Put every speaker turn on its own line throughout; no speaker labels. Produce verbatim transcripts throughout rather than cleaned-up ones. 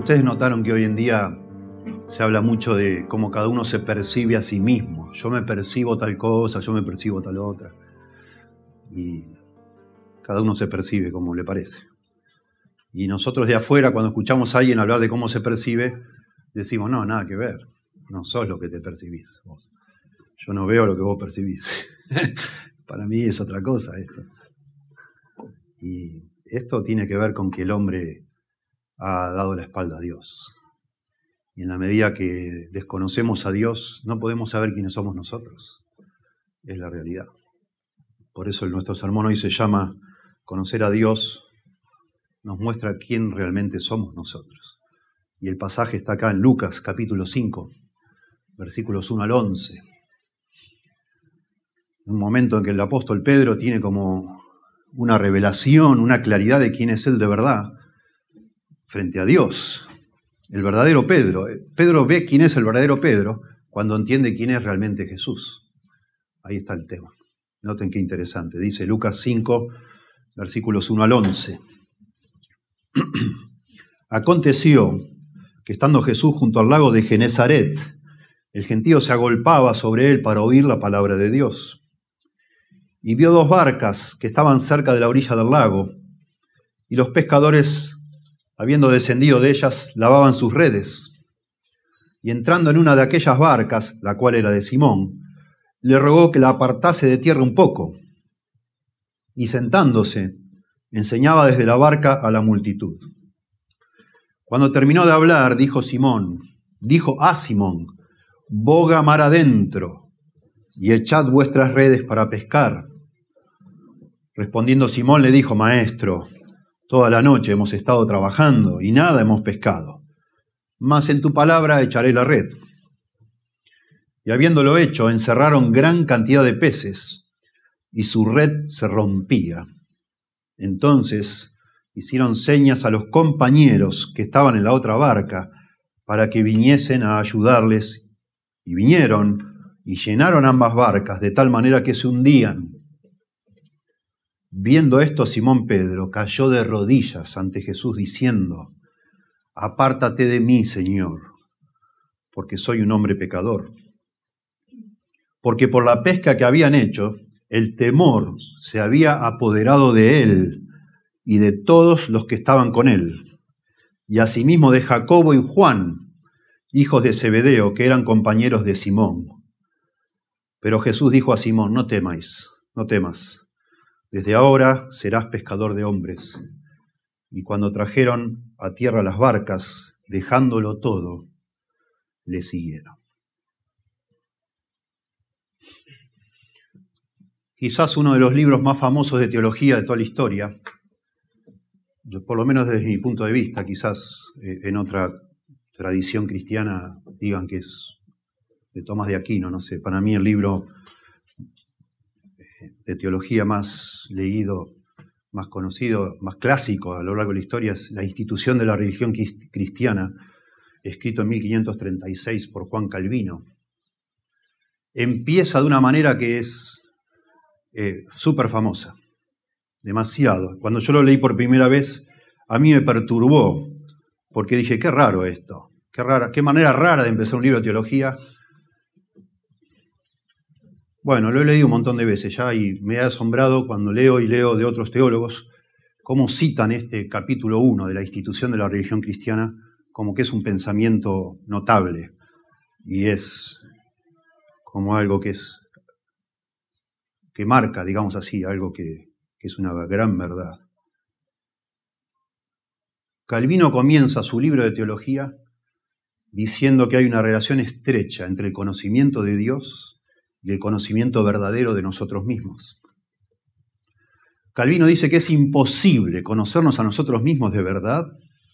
Ustedes notaron que hoy en día se habla mucho de cómo cada uno se percibe a sí mismo. Yo me percibo tal cosa, yo me percibo tal otra. Y cada uno se percibe como le parece. Y nosotros de afuera, cuando escuchamos a alguien hablar de cómo se percibe, decimos, no, nada que ver. No sos lo que te percibís vos. Yo no veo lo que vos percibís. Para mí es otra cosa esto. Y esto tiene que ver con que el hombre ha dado la espalda a Dios. Y en la medida que desconocemos a Dios, no podemos saber quiénes somos nosotros. Es la realidad. Por eso nuestro sermón hoy se llama Conocer a Dios, nos muestra quién realmente somos nosotros. Y el pasaje está acá en Lucas capítulo cinco, versículos uno al once. Un momento en que el apóstol Pedro tiene como una revelación, una claridad de quién es él de verdad frente a Dios. El verdadero Pedro. Pedro ve quién es el verdadero Pedro cuando entiende quién es realmente Jesús. Ahí está el tema. Noten qué interesante. Dice Lucas cinco, versículos uno al once. Aconteció que estando Jesús junto al lago de Genezaret, el gentío se agolpaba sobre él para oír la palabra de Dios. Y vio dos barcas que estaban cerca de la orilla del lago, y los pescadores, habiendo descendido de ellas, lavaban sus redes. Y entrando en una de aquellas barcas, la cual era de Simón, le rogó que la apartase de tierra un poco. Y sentándose, enseñaba desde la barca a la multitud. Cuando terminó de hablar, dijo Simón, dijo a Simón, boga mar adentro y echad vuestras redes para pescar. Respondiendo Simón le dijo, Maestro, toda la noche hemos estado trabajando y nada hemos pescado, mas en tu palabra echaré la red. Y habiéndolo hecho, encerraron gran cantidad de peces y su red se rompía. Entonces hicieron señas a los compañeros que estaban en la otra barca para que viniesen a ayudarles, y vinieron y llenaron ambas barcas de tal manera que se hundían. Viendo esto, Simón Pedro cayó de rodillas ante Jesús diciendo, apártate de mí, Señor, porque soy un hombre pecador. Porque por la pesca que habían hecho, el temor se había apoderado de él y de todos los que estaban con él, y asimismo de Jacobo y Juan, hijos de Zebedeo, que eran compañeros de Simón. Pero Jesús dijo a Simón, no temáis, no temas, desde ahora serás pescador de hombres. Y cuando trajeron a tierra las barcas, dejándolo todo, le siguieron. Quizás uno de los libros más famosos de teología de toda la historia, por lo menos desde mi punto de vista, quizás en otra tradición cristiana digan que es de Tomás de Aquino, no sé, para mí el libro de teología más leído, más conocido, más clásico a lo largo de la historia es La institución de la religión cristiana, escrito en mil quinientos treinta y seis por Juan Calvino. Empieza de una manera que es eh, súper famosa, demasiado. Cuando yo lo leí por primera vez, a mí me perturbó, porque dije, qué raro esto, qué rara, qué manera rara de empezar un libro de teología. Bueno, lo he leído un montón de veces ya y me ha asombrado cuando leo y leo de otros teólogos cómo citan este capítulo uno de la institución de la religión cristiana como que es un pensamiento notable y es como algo que es que marca, digamos así, algo que, que es una gran verdad. Calvino comienza su libro de teología diciendo que hay una relación estrecha entre el conocimiento de Dios y el conocimiento verdadero de nosotros mismos. Calvino dice que es imposible conocernos a nosotros mismos de verdad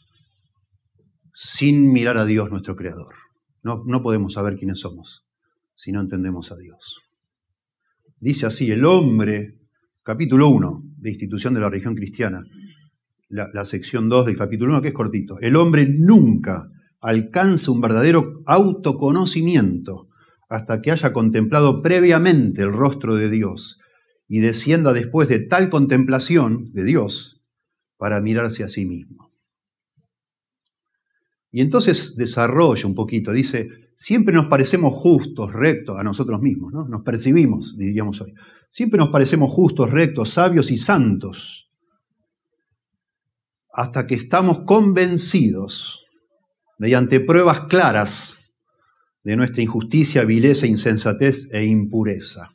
sin mirar a Dios, nuestro Creador. No, no podemos saber quiénes somos si no entendemos a Dios. Dice así, el hombre, capítulo uno de Institución de la Religión Cristiana, la, la sección dos del capítulo uno, que es cortito. El hombre nunca alcanza un verdadero autoconocimiento hasta que haya contemplado previamente el rostro de Dios y descienda después de tal contemplación de Dios para mirarse a sí mismo. Y entonces desarrolla un poquito, dice, siempre nos parecemos justos, rectos a nosotros mismos, ¿no? Nos percibimos, diríamos hoy. Siempre nos parecemos justos, rectos, sabios y santos, hasta que estamos convencidos, mediante pruebas claras, de nuestra injusticia, vileza, insensatez e impureza.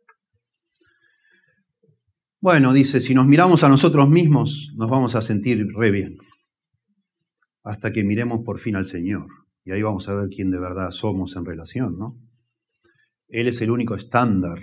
Bueno, dice, si nos miramos a nosotros mismos, nos vamos a sentir re bien, hasta que miremos por fin al Señor. Y ahí vamos a ver quién de verdad somos en relación, ¿no? Él es el único estándar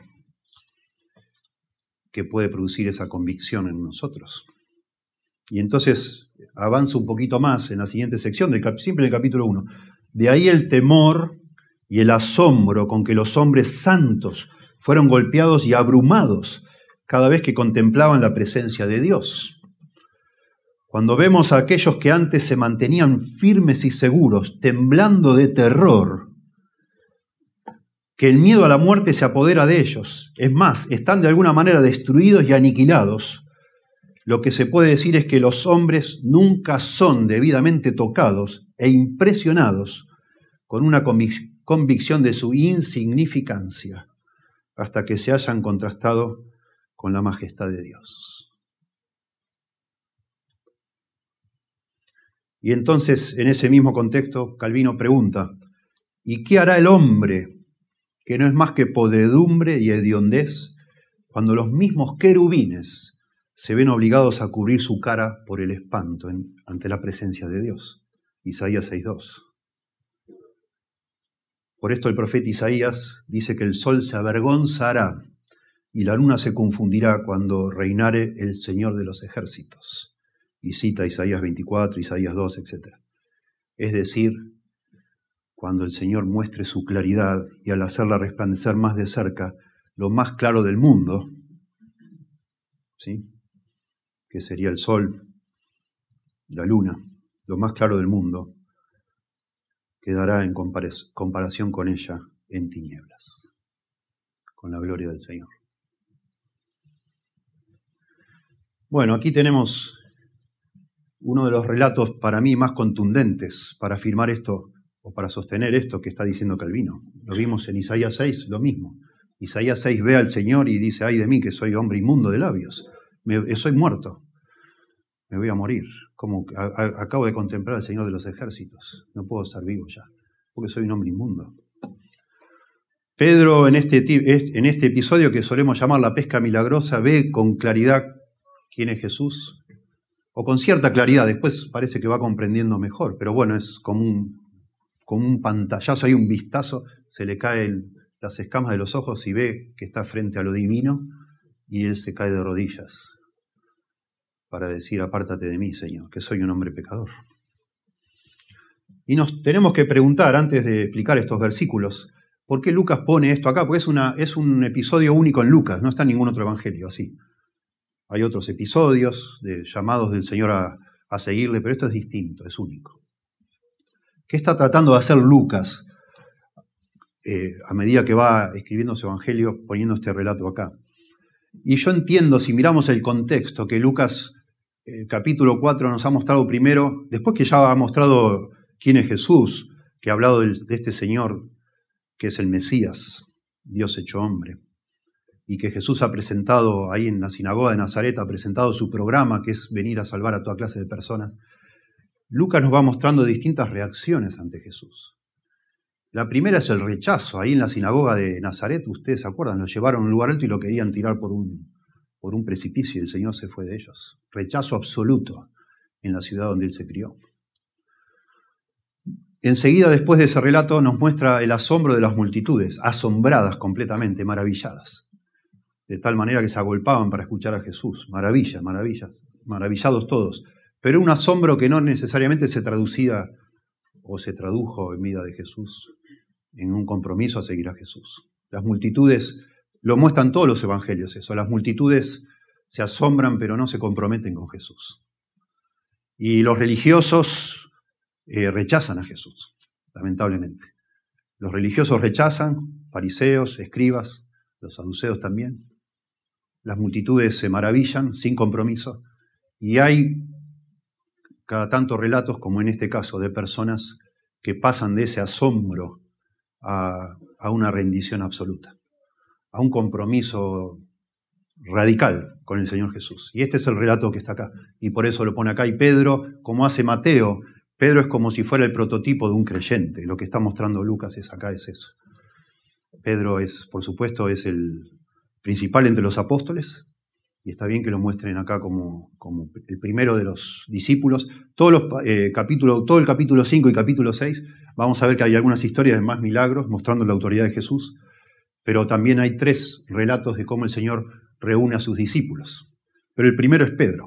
que puede producir esa convicción en nosotros. Y entonces avanza un poquito más en la siguiente sección, del cap- siempre en el capítulo uno. De ahí el temor y el asombro con que los hombres santos fueron golpeados y abrumados cada vez que contemplaban la presencia de Dios. Cuando vemos a aquellos que antes se mantenían firmes y seguros, temblando de terror, que el miedo a la muerte se apodera de ellos, es más, están de alguna manera destruidos y aniquilados, lo que se puede decir es que los hombres nunca son debidamente tocados e impresionados con una convic- convicción de su insignificancia, hasta que se hayan contrastado con la majestad de Dios. Y entonces, en ese mismo contexto, Calvino pregunta, ¿y qué hará el hombre, que no es más que podredumbre y hediondez, cuando los mismos querubines se ven obligados a cubrir su cara por el espanto en, ante la presencia de Dios? Isaías seis dos. Por esto el profeta Isaías dice que el sol se avergonzará y la luna se confundirá cuando reinare el Señor de los ejércitos. Y cita Isaías veinticuatro, Isaías dos, etcétera. Es decir, cuando el Señor muestre su claridad y al hacerla resplandecer más de cerca, lo más claro del mundo, ¿sí?, que sería el sol, la luna, lo más claro del mundo, quedará en compara- comparación con ella en tinieblas, con la gloria del Señor. Bueno, aquí tenemos uno de los relatos para mí más contundentes para afirmar esto o para sostener esto que está diciendo Calvino. Lo vimos en Isaías seis, lo mismo. Isaías seis ve al Señor y dice, ay de mí que soy hombre inmundo de labios, me, soy muerto, me voy a morir. Como a, a, acabo de contemplar al Señor de los ejércitos, no puedo estar vivo ya, porque soy un hombre inmundo. Pedro en este, en este episodio que solemos llamar la pesca milagrosa ve con claridad quién es Jesús, o con cierta claridad, después parece que va comprendiendo mejor, pero bueno, es como un, como un pantallazo, hay un vistazo, se le caen las escamas de los ojos y ve que está frente a lo divino y él se cae de rodillas para decir, apártate de mí, Señor, que soy un hombre pecador. Y nos tenemos que preguntar, antes de explicar estos versículos, ¿por qué Lucas pone esto acá? Porque es, una, es un episodio único en Lucas, no está en ningún otro evangelio así. Hay otros episodios de llamados del Señor a, a seguirle, pero esto es distinto, es único. ¿Qué está tratando de hacer Lucas eh, a medida que va escribiendo su evangelio, poniendo este relato acá? Y yo entiendo, si miramos el contexto, que Lucas, el capítulo cuatro, nos ha mostrado primero, después que ya ha mostrado quién es Jesús, que ha hablado de, de este Señor, que es el Mesías, Dios hecho hombre, y que Jesús ha presentado ahí en la sinagoga de Nazaret, ha presentado su programa, que es venir a salvar a toda clase de personas. Lucas nos va mostrando distintas reacciones ante Jesús. La primera es el rechazo. Ahí en la sinagoga de Nazaret, ustedes se acuerdan, lo llevaron a un lugar alto y lo querían tirar por un, por un precipicio y el Señor se fue de ellos. Rechazo absoluto en la ciudad donde Él se crió. Enseguida, después de ese relato, nos muestra el asombro de las multitudes, asombradas completamente, maravilladas. De tal manera que se agolpaban para escuchar a Jesús. Maravilla, maravilla, maravillados todos. Pero un asombro que no necesariamente se traducía o se tradujo en vida de Jesús en un compromiso a seguir a Jesús. Las multitudes, lo muestran todos los evangelios eso, las multitudes se asombran pero no se comprometen con Jesús. Y los religiosos eh, rechazan a Jesús, lamentablemente. Los religiosos rechazan, fariseos, escribas, los saduceos también. Las multitudes se maravillan sin compromiso y hay cada tanto relatos, como en este caso, de personas que pasan de ese asombro a, a una rendición absoluta, a un compromiso radical con el Señor Jesús. Y este es el relato que está acá, y por eso lo pone acá. Y Pedro, como hace Mateo, Pedro es como si fuera el prototipo de un creyente. Lo que está mostrando Lucas es acá, es eso. Pedro es, por supuesto, es el principal entre los apóstoles, y está bien que lo muestren acá como, como el primero de los discípulos. Todos los, eh, capítulo, todo el capítulo cinco y capítulo seis, vamos a ver que hay algunas historias de más milagros mostrando la autoridad de Jesús, pero también hay tres relatos de cómo el Señor reúne a sus discípulos. Pero el primero es Pedro.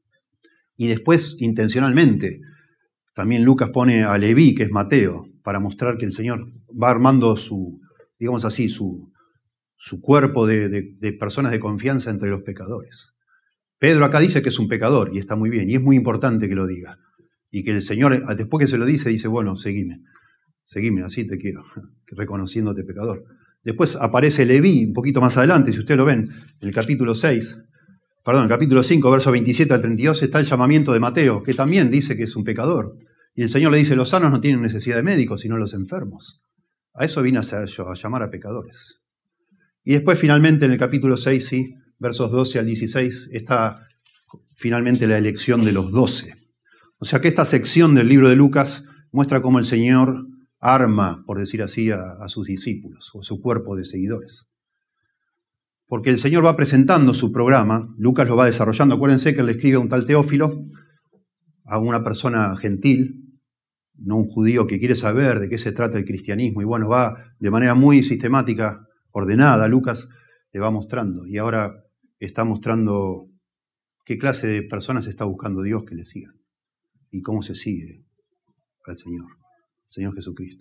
Y después, intencionalmente, también Lucas pone a Leví, que es Mateo, para mostrar que el Señor va armando su, digamos así, su, su cuerpo de, de, de personas de confianza entre los pecadores. Pedro acá dice que es un pecador, y está muy bien, y es muy importante que lo diga. Y que el Señor, después que se lo dice, dice, bueno, seguime, seguime, así te quiero, reconociéndote pecador. Después aparece Leví, un poquito más adelante, si ustedes lo ven, en el capítulo seis, perdón, en el capítulo cinco, versos veintisiete al treinta y dos, está el llamamiento de Mateo, que también dice que es un pecador. Y el Señor le dice, los sanos no tienen necesidad de médicos, sino los enfermos. A eso vine a, a llamar a pecadores. Y después, finalmente, en el capítulo seis, sí, versos doce al dieciséis, está finalmente la elección de los doce. O sea que esta sección del libro de Lucas muestra cómo el Señor arma, por decir así, a, a sus discípulos, o su cuerpo de seguidores. Porque el Señor va presentando su programa, Lucas lo va desarrollando. Acuérdense que él le escribe a un tal Teófilo, a una persona gentil, no un judío que quiere saber de qué se trata el cristianismo, y bueno, va de manera muy sistemática, ordenada, Lucas le va mostrando, y ahora está mostrando qué clase de personas está buscando Dios que le sigan, y cómo se sigue al Señor, al Señor Jesucristo.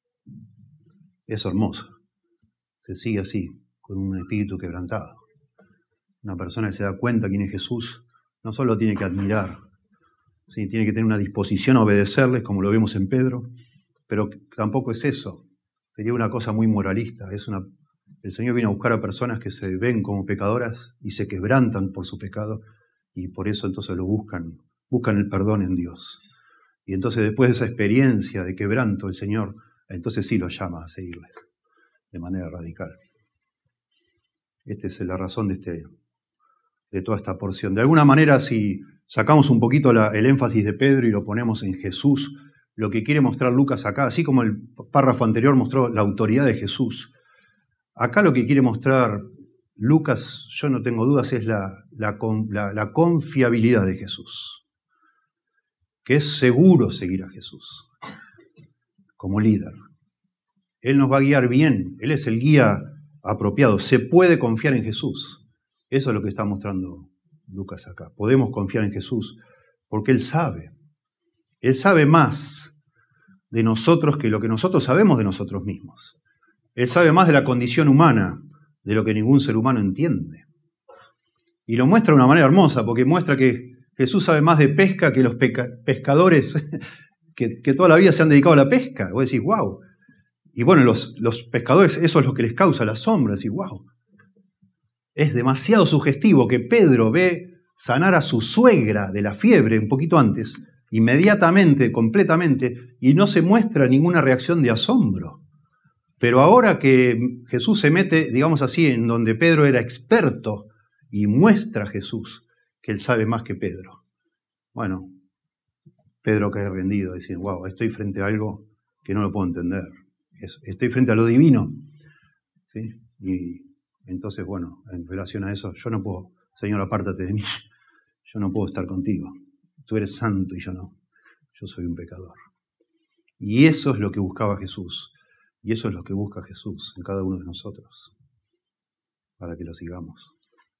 Es hermoso, se sigue así, con un espíritu quebrantado. Una persona que se da cuenta quién es Jesús, no solo tiene que admirar, ¿sí? Tiene que tener una disposición a obedecerles, como lo vemos en Pedro, pero tampoco es eso, sería una cosa muy moralista. Es una, el Señor viene a buscar a personas que se ven como pecadoras y se quebrantan por su pecado, y por eso entonces lo buscan, buscan el perdón en Dios. Y entonces después de esa experiencia de quebranto, el Señor entonces sí los llama a seguirles de manera radical. Esta es la razón de, este, de toda esta porción. De alguna manera, si sacamos un poquito la, el énfasis de Pedro y lo ponemos en Jesús, lo que quiere mostrar Lucas acá, así como el párrafo anterior mostró la autoridad de Jesús, acá lo que quiere mostrar Lucas, yo no tengo dudas, es la, la, la, la confiabilidad de Jesús, que es seguro seguir a Jesús como líder. Él nos va a guiar bien, Él es el guía apropiado, se puede confiar en Jesús. Eso es lo que está mostrando Lucas acá. Podemos confiar en Jesús porque Él sabe. Él sabe más de nosotros que lo que nosotros sabemos de nosotros mismos. Él sabe más de la condición humana de lo que ningún ser humano entiende. Y lo muestra de una manera hermosa, porque muestra que Jesús sabe más de pesca que los peca- pescadores que, que toda la vida se han dedicado a la pesca. Vos decís, wow. Y bueno, los, los pescadores, eso es lo que les causa la asombro. Decís, wow. Es demasiado sugestivo que Pedro ve sanar a su suegra de la fiebre un poquito antes, inmediatamente, completamente, y no se muestra ninguna reacción de asombro. Pero ahora que Jesús se mete, digamos así, en donde Pedro era experto y muestra a Jesús que él sabe más que Pedro. Bueno, Pedro cae rendido, dice, wow, estoy frente a algo que no lo puedo entender. Estoy frente a lo divino. ¿Sí? Y entonces, bueno, en relación a eso, yo no puedo, Señor, apártate de mí. Yo no puedo estar contigo. Tú eres santo y yo no. Yo soy un pecador. Y eso es lo que buscaba Jesús. Y eso es lo que busca Jesús en cada uno de nosotros, para que lo sigamos.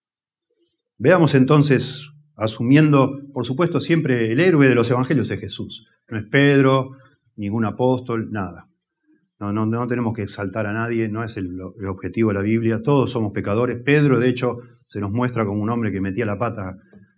Veamos entonces, asumiendo, por supuesto, siempre el héroe de los evangelios es Jesús. No es Pedro, ningún apóstol, nada. No, no, no tenemos que exaltar a nadie, no es el, el objetivo de la Biblia. Todos somos pecadores. Pedro, de hecho, se nos muestra como un hombre que metía la pata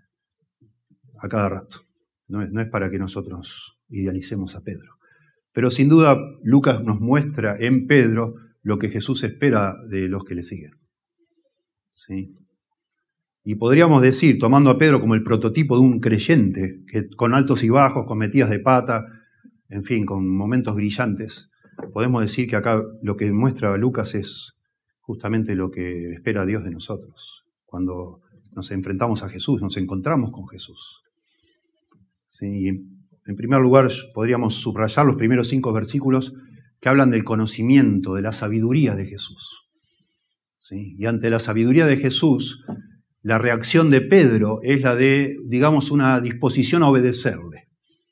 a cada rato. No es, no es para que nosotros idealicemos a Pedro. Pero sin duda Lucas nos muestra en Pedro lo que Jesús espera de los que le siguen. ¿Sí? Y podríamos decir, tomando a Pedro como el prototipo de un creyente, que con altos y bajos, con metidas de pata, en fin, con momentos brillantes, podemos decir que acá lo que muestra Lucas es justamente lo que espera Dios de nosotros. Cuando nos enfrentamos a Jesús, nos encontramos con Jesús. Sí, en primer lugar, podríamos subrayar los primeros cinco versículos que hablan del conocimiento, de la sabiduría de Jesús. ¿Sí? Y ante la sabiduría de Jesús, la reacción de Pedro es la de, digamos, una disposición a obedecerle.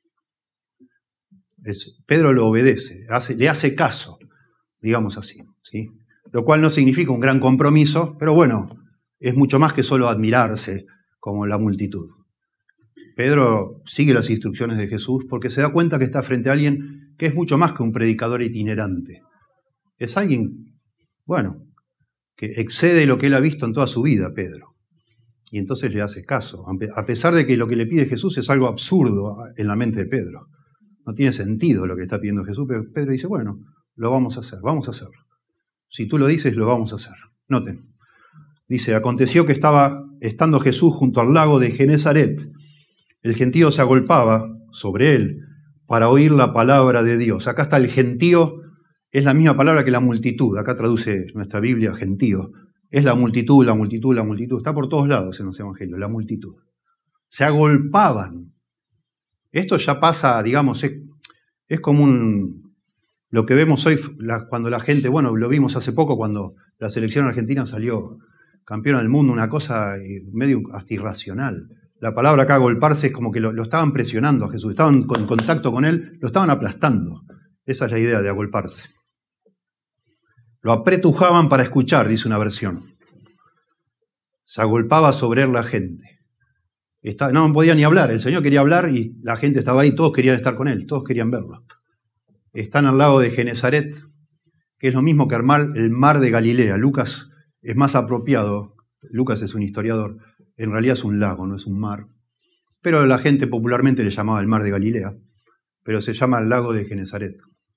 Es, Pedro lo obedece, hace, le hace caso, digamos así, ¿sí? Lo cual no significa un gran compromiso, pero bueno, es mucho más que solo admirarse como la multitud. Pedro sigue las instrucciones de Jesús porque se da cuenta que está frente a alguien que es mucho más que un predicador itinerante. Es alguien, bueno, que excede lo que él ha visto en toda su vida, Pedro. Y entonces le hace caso, a pesar de que lo que le pide Jesús es algo absurdo en la mente de Pedro. No tiene sentido lo que está pidiendo Jesús, pero Pedro dice, bueno, lo vamos a hacer, vamos a hacerlo. Si tú lo dices, lo vamos a hacer. Noten, dice, aconteció que estaba estando Jesús junto al lago de Genesaret. El gentío se agolpaba sobre él para oír la palabra de Dios. Acá está el gentío, es la misma palabra que la multitud. Acá traduce nuestra Biblia gentío. Es la multitud, la multitud, la multitud. Está por todos lados en los evangelios, la multitud. Se agolpaban. Esto ya pasa, digamos, es, es como un, lo que vemos hoy la, cuando la gente, bueno, lo vimos hace poco cuando la selección argentina salió campeona del mundo, una cosa medio hasta irracional. La palabra acá, agolparse, es como que lo, lo estaban presionando a Jesús, estaban en contacto con él, lo estaban aplastando. Esa es la idea de agolparse. Lo apretujaban para escuchar, dice una versión. Se agolpaba sobre él la gente. Está, no podía ni hablar, el Señor quería hablar y la gente estaba ahí, todos querían estar con él, todos querían verlo. Están al lado de Genesaret, que es lo mismo que armar el mar de Galilea. Lucas es más apropiado, Lucas es un historiador, en realidad es un lago, no es un mar. Pero la gente popularmente le llamaba el mar de Galilea, pero se llama el lago de Genesaret.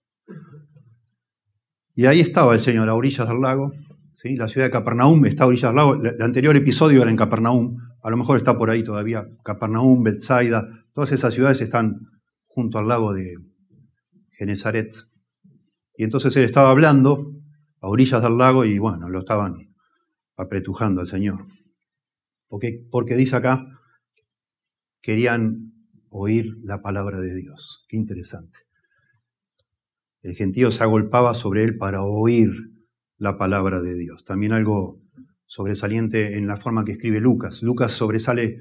Y ahí estaba el Señor, a orillas del lago. ¿Sí? La ciudad de Capernaum está a orillas del lago. El anterior episodio era en Capernaum, a lo mejor está por ahí todavía. Capernaum, Betsaida, todas esas ciudades están junto al lago de Genesaret. Y entonces él estaba hablando a orillas del lago y bueno, lo estaban apretujando al Señor. Porque, porque dice acá, querían oír la palabra de Dios. Qué interesante. El gentío se agolpaba sobre él para oír la palabra de Dios. También algo sobresaliente en la forma que escribe Lucas. Lucas sobresale,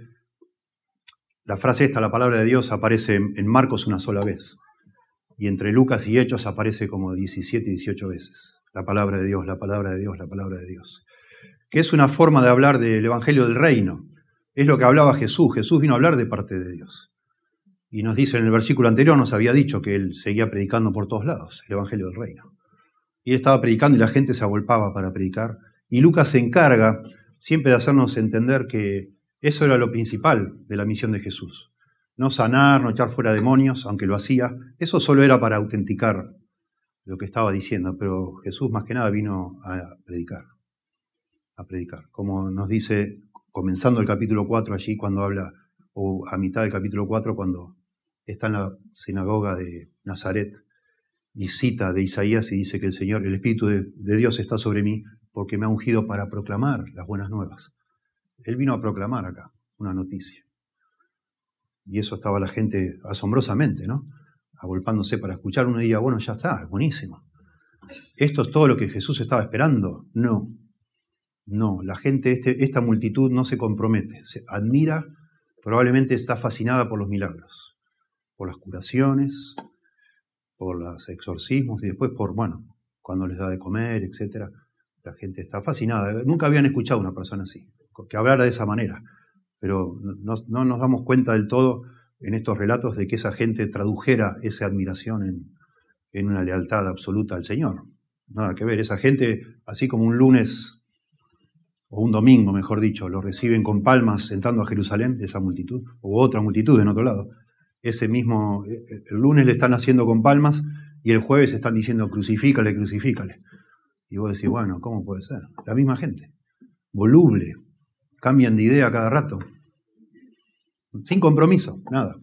la frase esta, la palabra de Dios, aparece en Marcos una sola vez. Y entre Lucas y Hechos aparece como diecisiete, dieciocho veces. La palabra de Dios, la palabra de Dios, la palabra de Dios. Que es una forma de hablar del Evangelio del Reino. Es lo que hablaba Jesús. Jesús vino a hablar de parte de Dios. Y nos dice en el versículo anterior, nos había dicho que él seguía predicando por todos lados, el Evangelio del Reino. Y él estaba predicando y la gente se agolpaba para predicar. Y Lucas se encarga siempre de hacernos entender que eso era lo principal de la misión de Jesús. No sanar, no echar fuera demonios, aunque lo hacía. Eso solo era para autenticar lo que estaba diciendo, pero Jesús más que nada vino a predicar. A predicar. Como nos dice, comenzando el capítulo cuatro allí, cuando habla, o a mitad del capítulo cuatro, cuando está en la sinagoga de Nazaret y cita de Isaías y dice que el Señor, el Espíritu de, de Dios está sobre mí porque me ha ungido para proclamar las buenas nuevas. Él vino a proclamar acá una noticia. Y eso estaba la gente asombrosamente, ¿no? Agolpándose para escuchar. Uno diría, bueno, ya está, buenísimo. ¿Esto es todo lo que Jesús estaba esperando? No. No, la gente, este, esta multitud no se compromete. Se admira, probablemente está fascinada por los milagros, por las curaciones, por los exorcismos y después por, bueno, cuando les da de comer, etcétera. La gente está fascinada. Nunca habían escuchado a una persona así, que hablara de esa manera. Pero no, no nos damos cuenta del todo en estos relatos de que esa gente tradujera esa admiración en, en una lealtad absoluta al Señor. Nada que ver. Esa gente, así como un lunes o un domingo, mejor dicho, lo reciben con palmas entrando a Jerusalén, esa multitud, o otra multitud en otro lado. Ese mismo, el lunes le están haciendo con palmas y el jueves están diciendo crucifícale, crucifícale. Y vos decís, bueno, ¿cómo puede ser? La misma gente, voluble, cambian de idea cada rato. Sin compromiso, nada.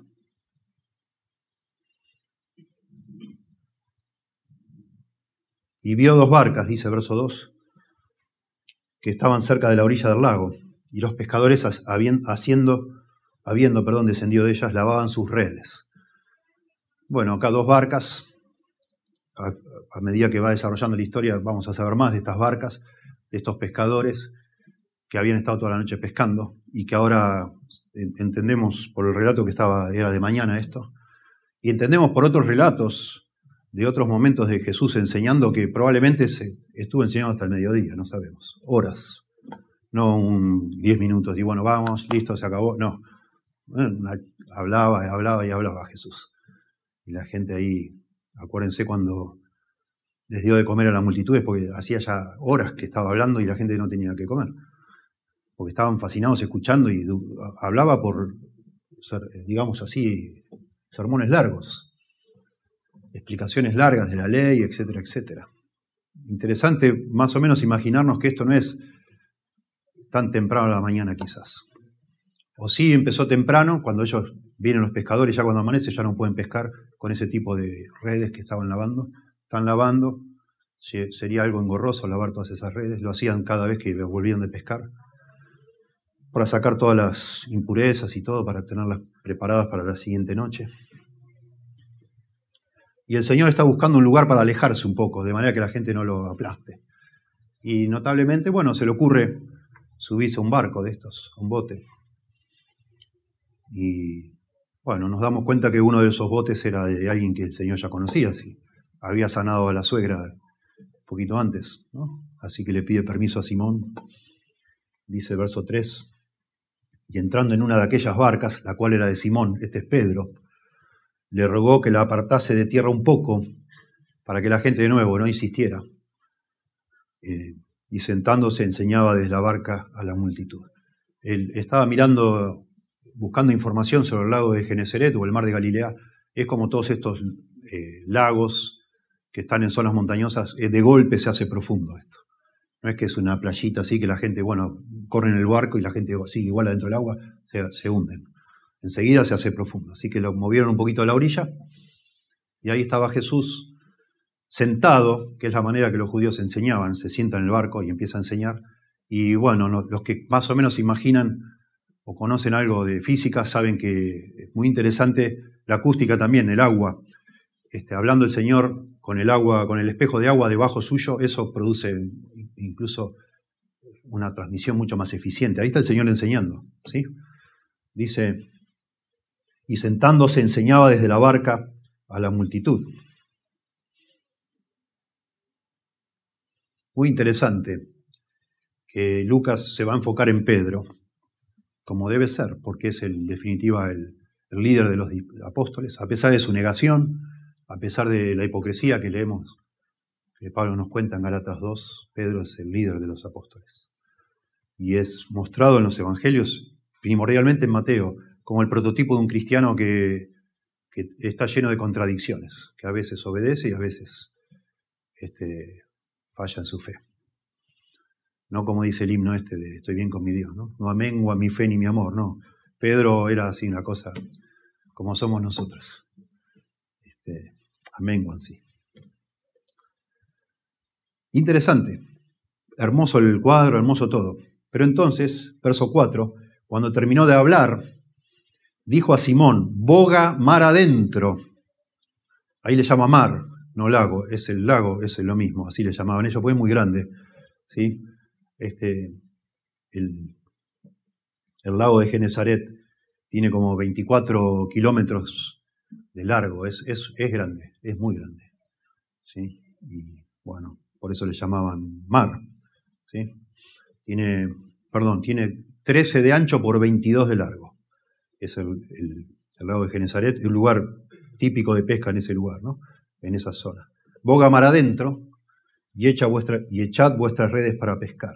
Y vio dos barcas, dice verso dos, que estaban cerca de la orilla del lago, y los pescadores haciendo, habiendo perdón, descendido de ellas, lavaban sus redes. Bueno, acá dos barcas. A, a medida que va desarrollando la historia vamos a saber más de estas barcas, de estos pescadores que habían estado toda la noche pescando y que ahora entendemos por el relato que estaba, era de mañana esto, y entendemos por otros relatos de otros momentos de Jesús enseñando que probablemente se estuvo enseñando hasta el mediodía, no sabemos, horas, no un diez minutos y bueno, vamos, listo, se acabó, no, hablaba, hablaba y hablaba Jesús. Y la gente ahí, acuérdense cuando les dio de comer a las multitudes, porque hacía ya horas que estaba hablando y la gente no tenía que comer, porque estaban fascinados escuchando y hablaba por, digamos así, sermones largos. Explicaciones largas de la ley, etcétera, etcétera. Interesante más o menos imaginarnos que esto no es tan temprano a la mañana quizás. O sí empezó temprano, cuando ellos vienen los pescadores, ya cuando amanece ya no pueden pescar con ese tipo de redes que estaban lavando. Están lavando, sería algo engorroso lavar todas esas redes, lo hacían cada vez que volvían de pescar, para sacar todas las impurezas y todo, para tenerlas preparadas para la siguiente noche. Y el Señor está buscando un lugar para alejarse un poco, de manera que la gente no lo aplaste. Y notablemente, bueno, se le ocurre subirse a un barco de estos, a un bote. Y bueno, nos damos cuenta que uno de esos botes era de alguien que el Señor ya conocía, sí. Había sanado a la suegra un poquito antes, ¿no? Así que le pide permiso a Simón, dice el verso tres, y entrando en una de aquellas barcas, la cual era de Simón, este es Pedro, le rogó que la apartase de tierra un poco para que la gente de nuevo no insistiera. Eh, y sentándose enseñaba desde la barca a la multitud. Él estaba mirando, buscando información sobre el lago de Genesaret o el mar de Galilea. Es como todos estos eh, lagos que están en zonas montañosas, eh, de golpe se hace profundo esto. No es que es una playita así que la gente, bueno, corre en el barco y la gente sigue igual adentro del agua, se, se hunden. Enseguida se hace profundo. Así que lo movieron un poquito a la orilla y ahí estaba Jesús sentado, que es la manera que los judíos enseñaban. Se sienta en el barco y empieza a enseñar. Y bueno, no, los que más o menos imaginan o conocen algo de física saben que es muy interesante la acústica también del agua. Este, hablando el Señor con el agua, con el espejo de agua debajo suyo, eso produce incluso una transmisión mucho más eficiente. Ahí está el Señor enseñando, ¿sí? Dice, y sentándose enseñaba desde la barca a la multitud. Muy interesante que Lucas se va a enfocar en Pedro, como debe ser, porque es en definitiva el, el líder de los apóstoles, a pesar de su negación, a pesar de la hipocresía que leemos, que Pablo nos cuenta en Gálatas dos, Pedro es el líder de los apóstoles. Y es mostrado en los evangelios, primordialmente en Mateo, como el prototipo de un cristiano que, que está lleno de contradicciones, que a veces obedece y a veces este, falla en su fe. No como dice el himno este de estoy bien con mi Dios, ¿no? No amengua mi fe ni mi amor, no. Pedro era así una cosa como somos nosotros. Este, amenguan, sí. Interesante. Hermoso el cuadro, hermoso todo. Pero entonces, verso cuatro, cuando terminó de hablar, dijo a Simón, boga mar adentro. Ahí le llama mar, no lago, es el lago, es lo mismo, así le llamaban ellos, porque es muy grande, ¿sí? Este, el, el lago de Genesaret tiene como veinticuatro kilómetros de largo, es, es, es grande, es muy grande, ¿sí? Y bueno, por eso le llamaban mar, ¿sí? Tiene, perdón, tiene trece de ancho por veintidós de largo. Es el, el, el lago de Genesaret, un lugar típico de pesca en ese lugar, ¿no? En esa zona. Boga mar adentro y, echa vuestra, y echad vuestras redes para pescar.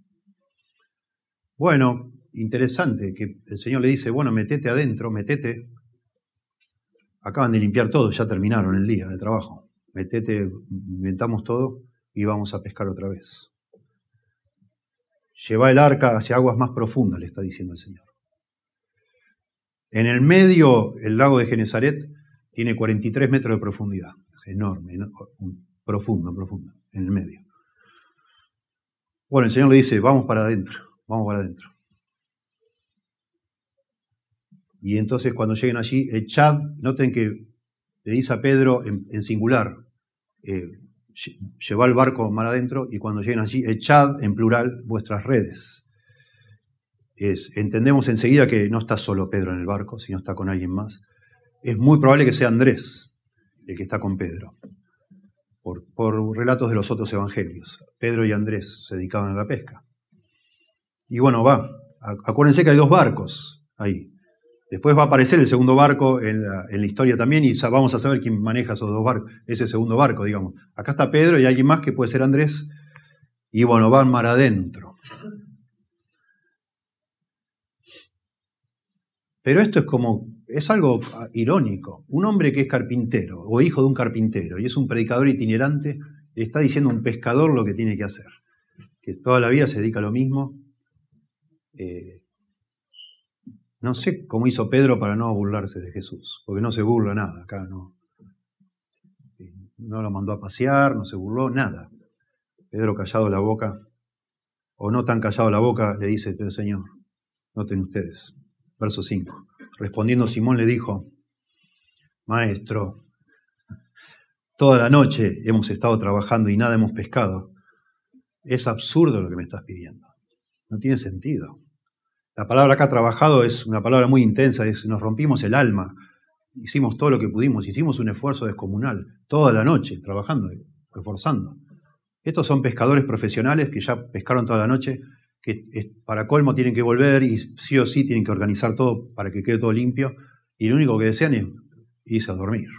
Bueno, interesante que el Señor le dice, bueno, metete adentro, metete. Acaban de limpiar todo, ya terminaron el día de trabajo. Metete, inventamos todo y vamos a pescar otra vez. lleva el arca hacia aguas más profundas, le está diciendo el Señor. En el medio, el lago de Genesaret tiene cuarenta y tres metros de profundidad. Es enorme, ¿no? profundo, profundo, en el medio. Bueno, el Señor le dice, vamos para adentro, vamos para adentro. Y entonces cuando lleguen allí, echad, noten que le dice a Pedro en, en singular, eh, lleva el barco mar adentro, y cuando lleguen allí, echad en plural vuestras redes. Es, entendemos enseguida que no está solo Pedro en el barco, sino está con alguien más. Es muy probable que sea Andrés el que está con Pedro, por, por relatos de los otros evangelios. Pedro y Andrés se dedicaban a la pesca. Y bueno, va. Acuérdense que hay dos barcos ahí. Después va a aparecer el segundo barco en la, en la historia también, y vamos a saber quién maneja esos dos barcos, ese segundo barco, digamos. Acá está Pedro y alguien más que puede ser Andrés, y bueno, van mar adentro. Pero esto es como, es algo irónico. Un hombre que es carpintero, o hijo de un carpintero, y es un predicador itinerante, le está diciendo a un pescador lo que tiene que hacer. Que toda la vida se dedica a lo mismo. Eh, No sé cómo hizo Pedro para no burlarse de Jesús, porque no se burla nada acá, no. No lo mandó a pasear, no se burló, nada. Pedro callado la boca, o no tan callado la boca, le dice, pero Señor, noten ustedes, verso cinco. Respondiendo Simón le dijo, Maestro, toda la noche hemos estado trabajando y nada hemos pescado. Es absurdo lo que me estás pidiendo, no tiene sentido. La palabra acá trabajado es una palabra muy intensa, es, nos rompimos el alma, hicimos todo lo que pudimos, hicimos un esfuerzo descomunal, toda la noche, trabajando, esforzando. Estos son pescadores profesionales que ya pescaron toda la noche, que para colmo tienen que volver y sí o sí tienen que organizar todo para que quede todo limpio, y lo único que desean es irse a dormir.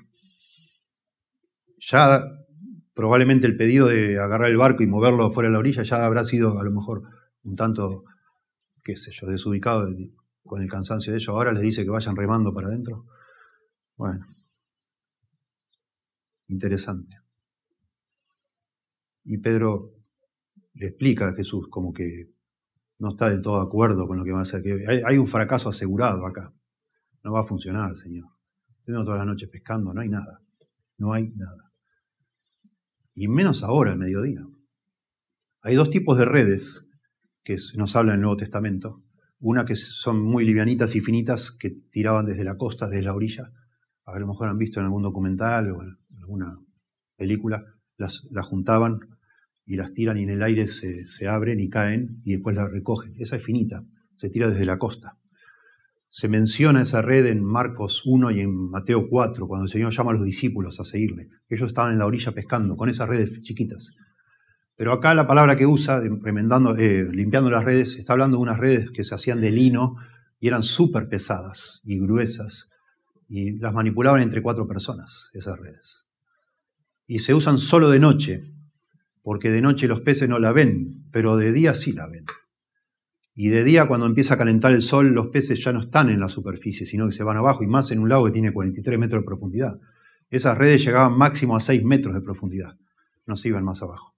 Ya probablemente el pedido de agarrar el barco y moverlo fuera de la orilla ya habrá sido a lo mejor un tanto, qué sé yo, desubicado con el cansancio de ellos. Ahora les dice que vayan remando para adentro. Bueno, interesante. Y Pedro le explica a Jesús como que no está del todo de acuerdo con lo que va a hacer. Que hay, hay un fracaso asegurado acá. No va a funcionar, Señor. Tengo todas las noches pescando, no hay nada. No hay nada. Y menos ahora, al mediodía. Hay dos tipos de redes que nos habla en el Nuevo Testamento. Una que son muy livianitas y finitas, que tiraban desde la costa, desde la orilla. A lo mejor han visto en algún documental o en alguna película. Las, las juntaban y las tiran y en el aire se, se abren y caen y después las recogen. Esa es finita, se tira desde la costa. Se menciona esa red en Marcos uno y en Mateo cuatro, cuando el Señor llama a los discípulos a seguirle. Ellos estaban en la orilla pescando con esas redes chiquitas. Pero acá la palabra que usa, remendando, eh, limpiando las redes, está hablando de unas redes que se hacían de lino y eran súper pesadas y gruesas, y las manipulaban entre cuatro personas, esas redes. Y se usan solo de noche, porque de noche los peces no la ven, pero de día sí la ven. Y de día, cuando empieza a calentar el sol, los peces ya no están en la superficie, sino que se van abajo, y más en un lago que tiene cuarenta y tres metros de profundidad. Esas redes llegaban máximo a seis metros de profundidad, no se iban más abajo.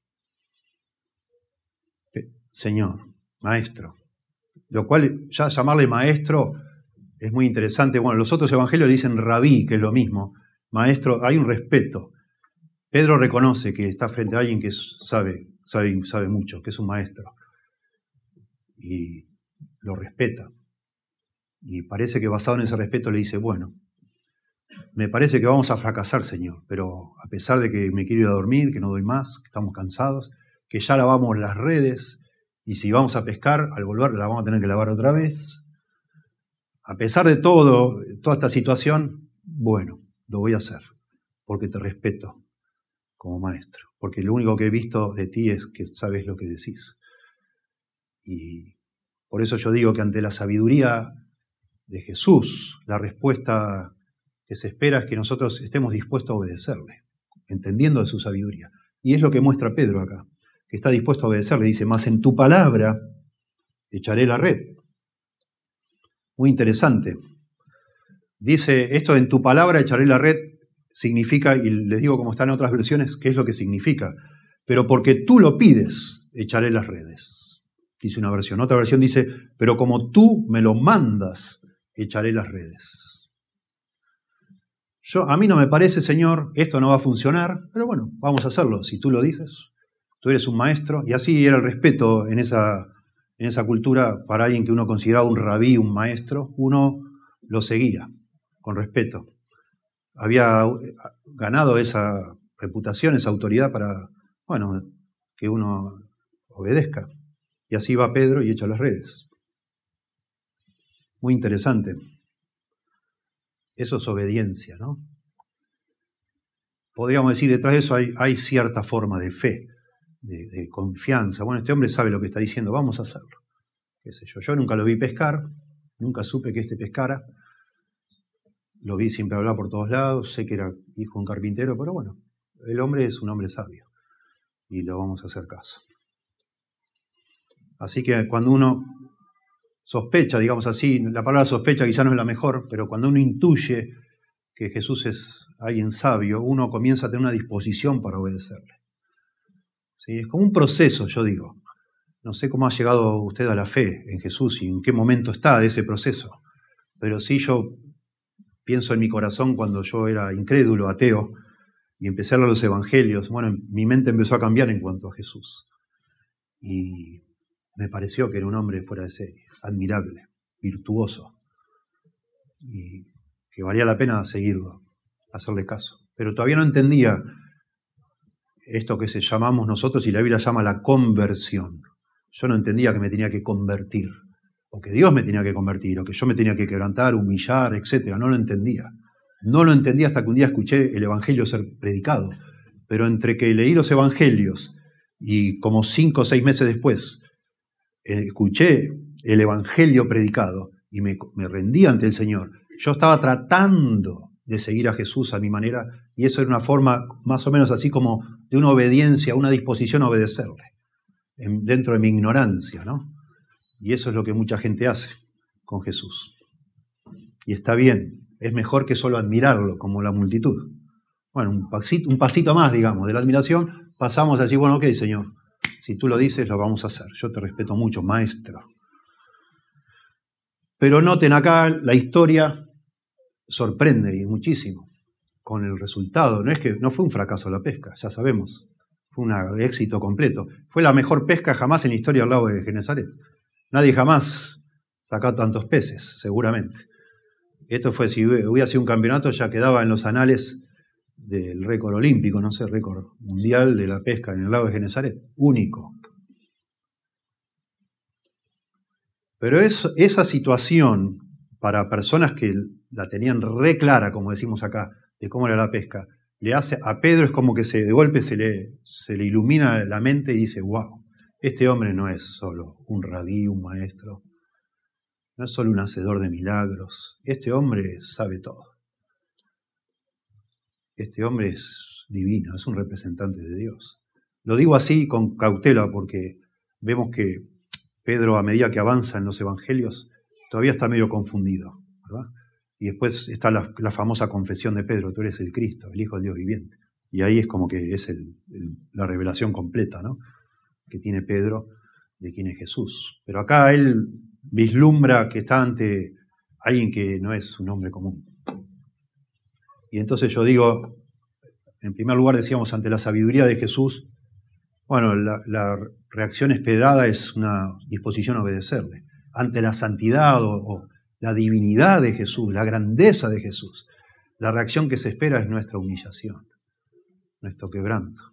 Señor, maestro, lo cual ya llamarle maestro es muy interesante. Bueno, los otros evangelios le dicen rabí, que es lo mismo. Maestro, hay un respeto. Pedro reconoce que está frente a alguien que sabe, sabe, sabe mucho, que es un maestro. Y lo respeta. Y parece que basado en ese respeto le dice, bueno, me parece que vamos a fracasar, Señor, pero a pesar de que me quiero ir a dormir, que no doy más, que estamos cansados, que ya lavamos las redes, y si vamos a pescar, al volver la vamos a tener que lavar otra vez. A pesar de todo, toda esta situación, bueno, lo voy a hacer, porque te respeto como maestro, porque lo único que he visto de ti es que sabes lo que decís. Y por eso yo digo que ante la sabiduría de Jesús, la respuesta que se espera es que nosotros estemos dispuestos a obedecerle, entendiendo de su sabiduría. Y es lo que muestra Pedro acá, que está dispuesto a obedecerle. Dice, mas en tu palabra echaré la red. Muy interesante. Dice, esto en tu palabra echaré la red, significa, y les digo como está en otras versiones, qué es lo que significa. Pero porque tú lo pides, echaré las redes. dice una versión. Otra versión dice, pero como tú me lo mandas, echaré las redes. Yo, a mí no me parece, Señor, esto no va a funcionar, pero bueno, vamos a hacerlo. Si tú lo dices, tú eres un maestro. Y así era el respeto en esa, en esa cultura para alguien que uno consideraba un rabí, un maestro. Uno lo seguía con respeto. Había ganado esa reputación, esa autoridad para, bueno, que uno obedezca. Y así va Pedro y echa las redes. Muy interesante. Eso es obediencia, ¿no? Podríamos decir, detrás de eso hay, hay cierta forma de fe, de, de confianza. Bueno, este hombre sabe lo que está diciendo, vamos a hacerlo. Qué sé yo, yo nunca lo vi pescar, nunca supe que este pescara. Lo vi siempre hablar por todos lados, sé que era hijo de un carpintero, pero bueno, el hombre es un hombre sabio y lo vamos a hacer caso. Así que cuando uno sospecha, digamos así, la palabra sospecha quizá no es la mejor, pero cuando uno intuye que Jesús es alguien sabio, uno comienza a tener una disposición para obedecerle. ¿Sí? Es como un proceso, yo digo. No sé cómo ha llegado usted a la fe en Jesús y en qué momento está de ese proceso, pero sí yo pienso en mi corazón cuando yo era incrédulo, ateo, y empecé a leer los evangelios. Bueno, mi mente empezó a cambiar en cuanto a Jesús. Y me pareció que era un hombre fuera de serie, admirable, virtuoso, y que valía la pena seguirlo, hacerle caso. Pero todavía no entendía esto que se llamamos nosotros, y la Biblia llama la conversión. Yo no entendía que me tenía que convertir, o que Dios me tenía que convertir, o que yo me tenía que quebrantar, humillar, etcétera. No lo entendía. No lo entendía hasta que un día escuché el evangelio ser predicado. Pero entre que leí los evangelios y como cinco o seis meses después eh, escuché el evangelio predicado y me, me rendí ante el Señor, yo estaba tratando de seguir a Jesús a mi manera, y eso era una forma más o menos así como de una obediencia, una disposición a obedecerle, en, dentro de mi ignorancia, ¿no? Y eso es lo que mucha gente hace con Jesús. Y está bien, es mejor que solo admirarlo como la multitud. Bueno, un pasito, un pasito más, digamos, de la admiración, pasamos a decir, bueno, ok, Señor, si tú lo dices, lo vamos a hacer. Yo te respeto mucho, maestro. Pero noten acá, la historia sorprende y muchísimo con el resultado. No es que no fue un fracaso la pesca, ya sabemos. Fue un éxito completo. Fue la mejor pesca jamás en la historia al lago de Genesaret. Nadie jamás sacó tantos peces, seguramente. Esto fue, si hubiera sido un campeonato, ya quedaba en los anales del récord olímpico, no sé, récord mundial de la pesca en el lago de Genesaret. Único. Pero es, esa situación, para personas que la tenían re clara, como decimos acá, de cómo era la pesca, le hace a Pedro, es como que se, de golpe se le, se le ilumina la mente y dice, wow, este hombre no es solo un rabí, un maestro, no es solo un hacedor de milagros, este hombre sabe todo. Este hombre es divino, es un representante de Dios. Lo digo así con cautela porque vemos que Pedro, a medida que avanza en los evangelios, todavía está medio confundido, ¿verdad? Y después está la, la famosa confesión de Pedro, tú eres el Cristo, el Hijo del Dios viviente. Y ahí es como que es el, el, la revelación completa, ¿no?, que tiene Pedro de quién es Jesús. Pero acá él vislumbra que está ante alguien que no es un hombre común. Y entonces yo digo, en primer lugar decíamos, ante la sabiduría de Jesús, bueno, la, la reacción esperada es una disposición a obedecerle. Ante la santidad o, o la divinidad de Jesús, la grandeza de Jesús, la reacción que se espera es nuestra humillación, nuestro quebranto.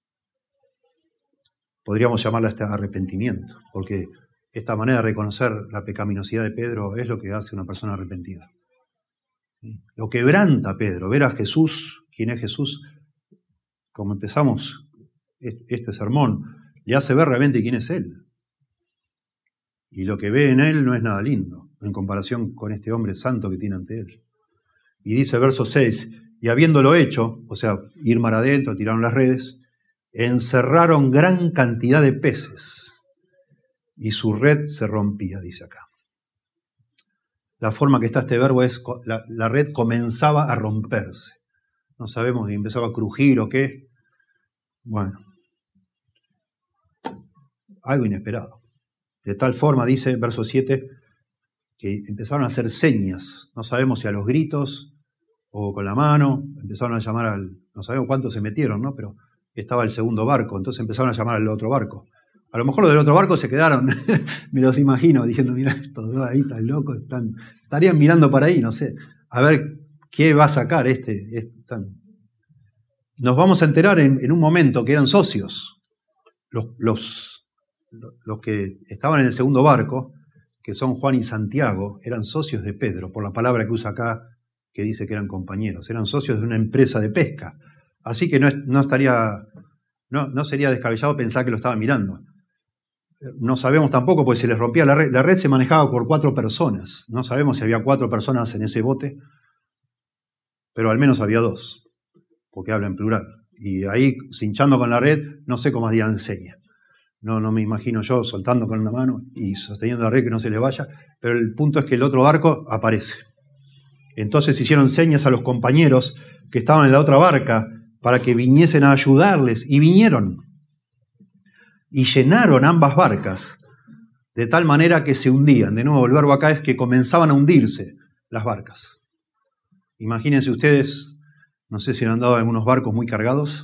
Podríamos llamarla este arrepentimiento, porque esta manera de reconocer la pecaminosidad de Pedro es lo que hace una persona arrepentida. Lo quebranta Pedro, ver a Jesús, quién es Jesús, como empezamos este sermón, le hace ver realmente quién es Él. Y lo que ve en Él no es nada lindo, en comparación con este hombre santo que tiene ante Él. Y dice verso seis, y habiéndolo hecho, o sea, ir mar adentro, tiraron las redes, encerraron gran cantidad de peces, y su red se rompía, dice acá. La forma que está este verbo es, la, la red comenzaba a romperse. No sabemos si empezaba a crujir o qué. Bueno, algo inesperado. De tal forma, dice verso siete, que empezaron a hacer señas. No sabemos si a los gritos o con la mano. Empezaron a llamar al... No sabemos cuántos se metieron, ¿no? Pero estaba el segundo barco, entonces empezaron a llamar al otro barco. A lo mejor los del otro barco se quedaron, me los imagino, diciendo, mira, estos dos ahí están locos, están, estarían mirando para ahí, no sé, a ver qué va a sacar este. este tan... Nos vamos a enterar en, en un momento que eran socios, los, los, los que estaban en el segundo barco, que son Juan y Santiago, eran socios de Pedro, por la palabra que usa acá, que dice que eran compañeros, eran socios de una empresa de pesca. Así que no, no estaría, no, no sería descabellado pensar que lo estaban mirando. No sabemos tampoco, porque se les rompía la red. La red se manejaba por cuatro personas. No sabemos si había cuatro personas en ese bote, pero al menos había dos, porque habla en plural. Y ahí, cinchando con la red, no sé cómo hacían señas. No, no me imagino yo soltando con una mano y sosteniendo la red que no se le vaya, pero el punto es que el otro barco aparece. Entonces hicieron señas a los compañeros que estaban en la otra barca para que viniesen a ayudarles, y vinieron. Y llenaron ambas barcas, de tal manera que se hundían. De nuevo, el verbo acá es que comenzaban a hundirse las barcas. Imagínense ustedes, no sé si han andado en unos barcos muy cargados.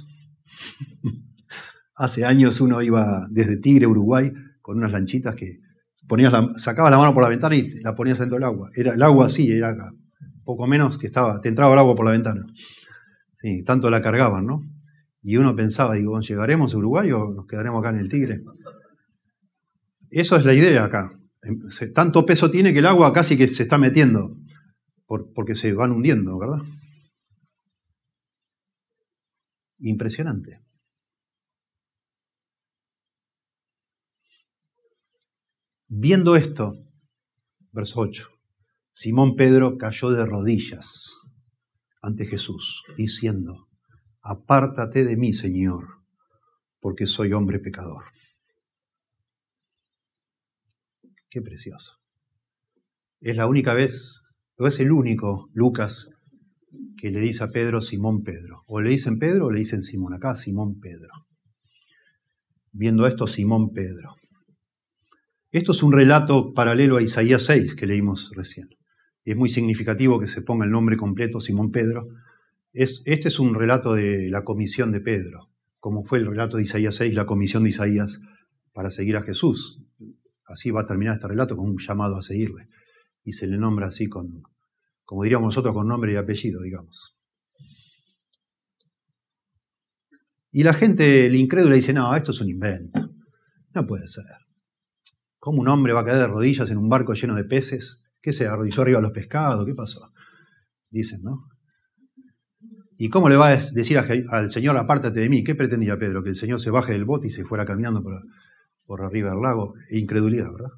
Hace años uno iba desde Tigre, Uruguay, con unas lanchitas que ponías la, sacabas la mano por la ventana y la ponías dentro del agua. Era, el agua así, era poco menos que estaba, te entraba el agua por la ventana. Sí, tanto la cargaban, ¿no? Y uno pensaba, digo, ¿llegaremos a Uruguay o nos quedaremos acá en el Tigre? Eso es la idea acá. Tanto peso tiene que el agua casi que se está metiendo, por, porque se van hundiendo, ¿verdad? Impresionante. Viendo esto, verso ocho, Simón Pedro cayó de rodillas ante Jesús, diciendo, apártate de mí, Señor, porque soy hombre pecador. Qué precioso. Es la única vez, o es el único, Lucas, que le dice a Pedro Simón Pedro. O le dicen Pedro o le dicen Simón. Acá Simón Pedro. Viendo esto, Simón Pedro. Esto es un relato paralelo a Isaías seis que leímos recién. Y es muy significativo que se ponga el nombre completo, Simón Pedro. Es, este es un relato de la comisión de Pedro, como fue el relato de Isaías seis, la comisión de Isaías para seguir a Jesús. Así va a terminar este relato con un llamado a seguirle. Y se le nombra así, con, como diríamos nosotros, con nombre y apellido, digamos. Y la gente, el incrédulo, dice, no, esto es un invento. No puede ser. ¿Cómo un hombre va a caer de rodillas en un barco lleno de peces? ¿Qué se arrodilló arriba de los pescados? ¿Qué pasó? Dicen, ¿no? ¿Y cómo le va a decir al Señor, apártate de mí? ¿Qué pretendía Pedro? ¿Que el Señor se baje del bote y se fuera caminando por, por arriba del lago? Incredulidad, ¿verdad?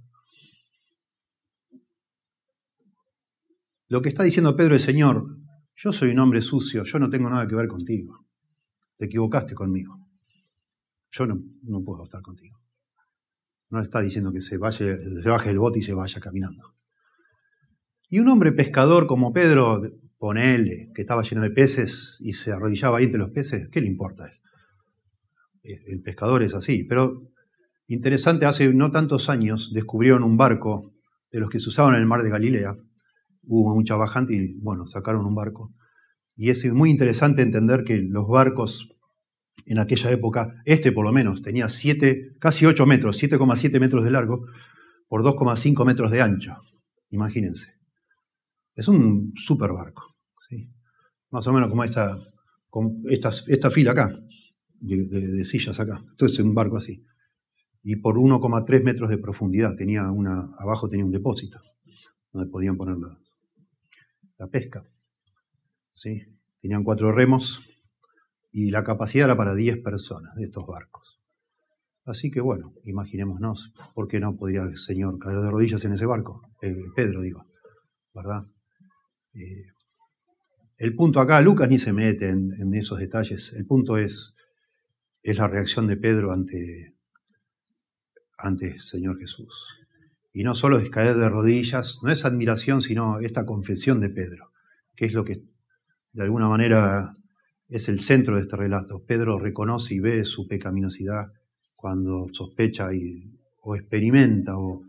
Lo que está diciendo Pedro es, Señor, yo soy un hombre sucio, yo no tengo nada que ver contigo. Te equivocaste conmigo. Yo no, no puedo estar contigo. No le está diciendo que se, vaya, se baje del bote y se vaya caminando. Y un hombre pescador como Pedro, ponele, que estaba lleno de peces y se arrodillaba ahí entre los peces, ¿qué le importa a él? El pescador es así. Pero interesante, hace no tantos años descubrieron un barco de los que se usaban en el mar de Galilea. Hubo mucha bajante y, bueno, sacaron un barco. Y es muy interesante entender que los barcos en aquella época, este por lo menos, tenía siete, casi ocho metros, siete coma siete metros de largo por dos coma cinco metros de ancho. Imagínense. Es un super barco, ¿sí? Más o menos como esta, como esta, esta fila acá, de, de, de sillas acá. Entonces un barco así. Y por uno coma tres metros de profundidad. Tenía una, abajo tenía un depósito donde podían poner la, la pesca. ¿Sí? Tenían cuatro remos y la capacidad era para diez personas de estos barcos. Así que bueno, imaginémonos, ¿por qué no podría el Señor caer de rodillas en ese barco? Eh, Pedro, digo, ¿verdad? Eh, el punto acá, Lucas ni se mete en, en esos detalles. El punto es, es la reacción de Pedro ante, ante el Señor Jesús. Y no solo es caer de rodillas, no es admiración, sino esta confesión de Pedro, que es lo que de alguna manera es el centro de este relato. Pedro reconoce y ve su pecaminosidad cuando sospecha y o experimenta o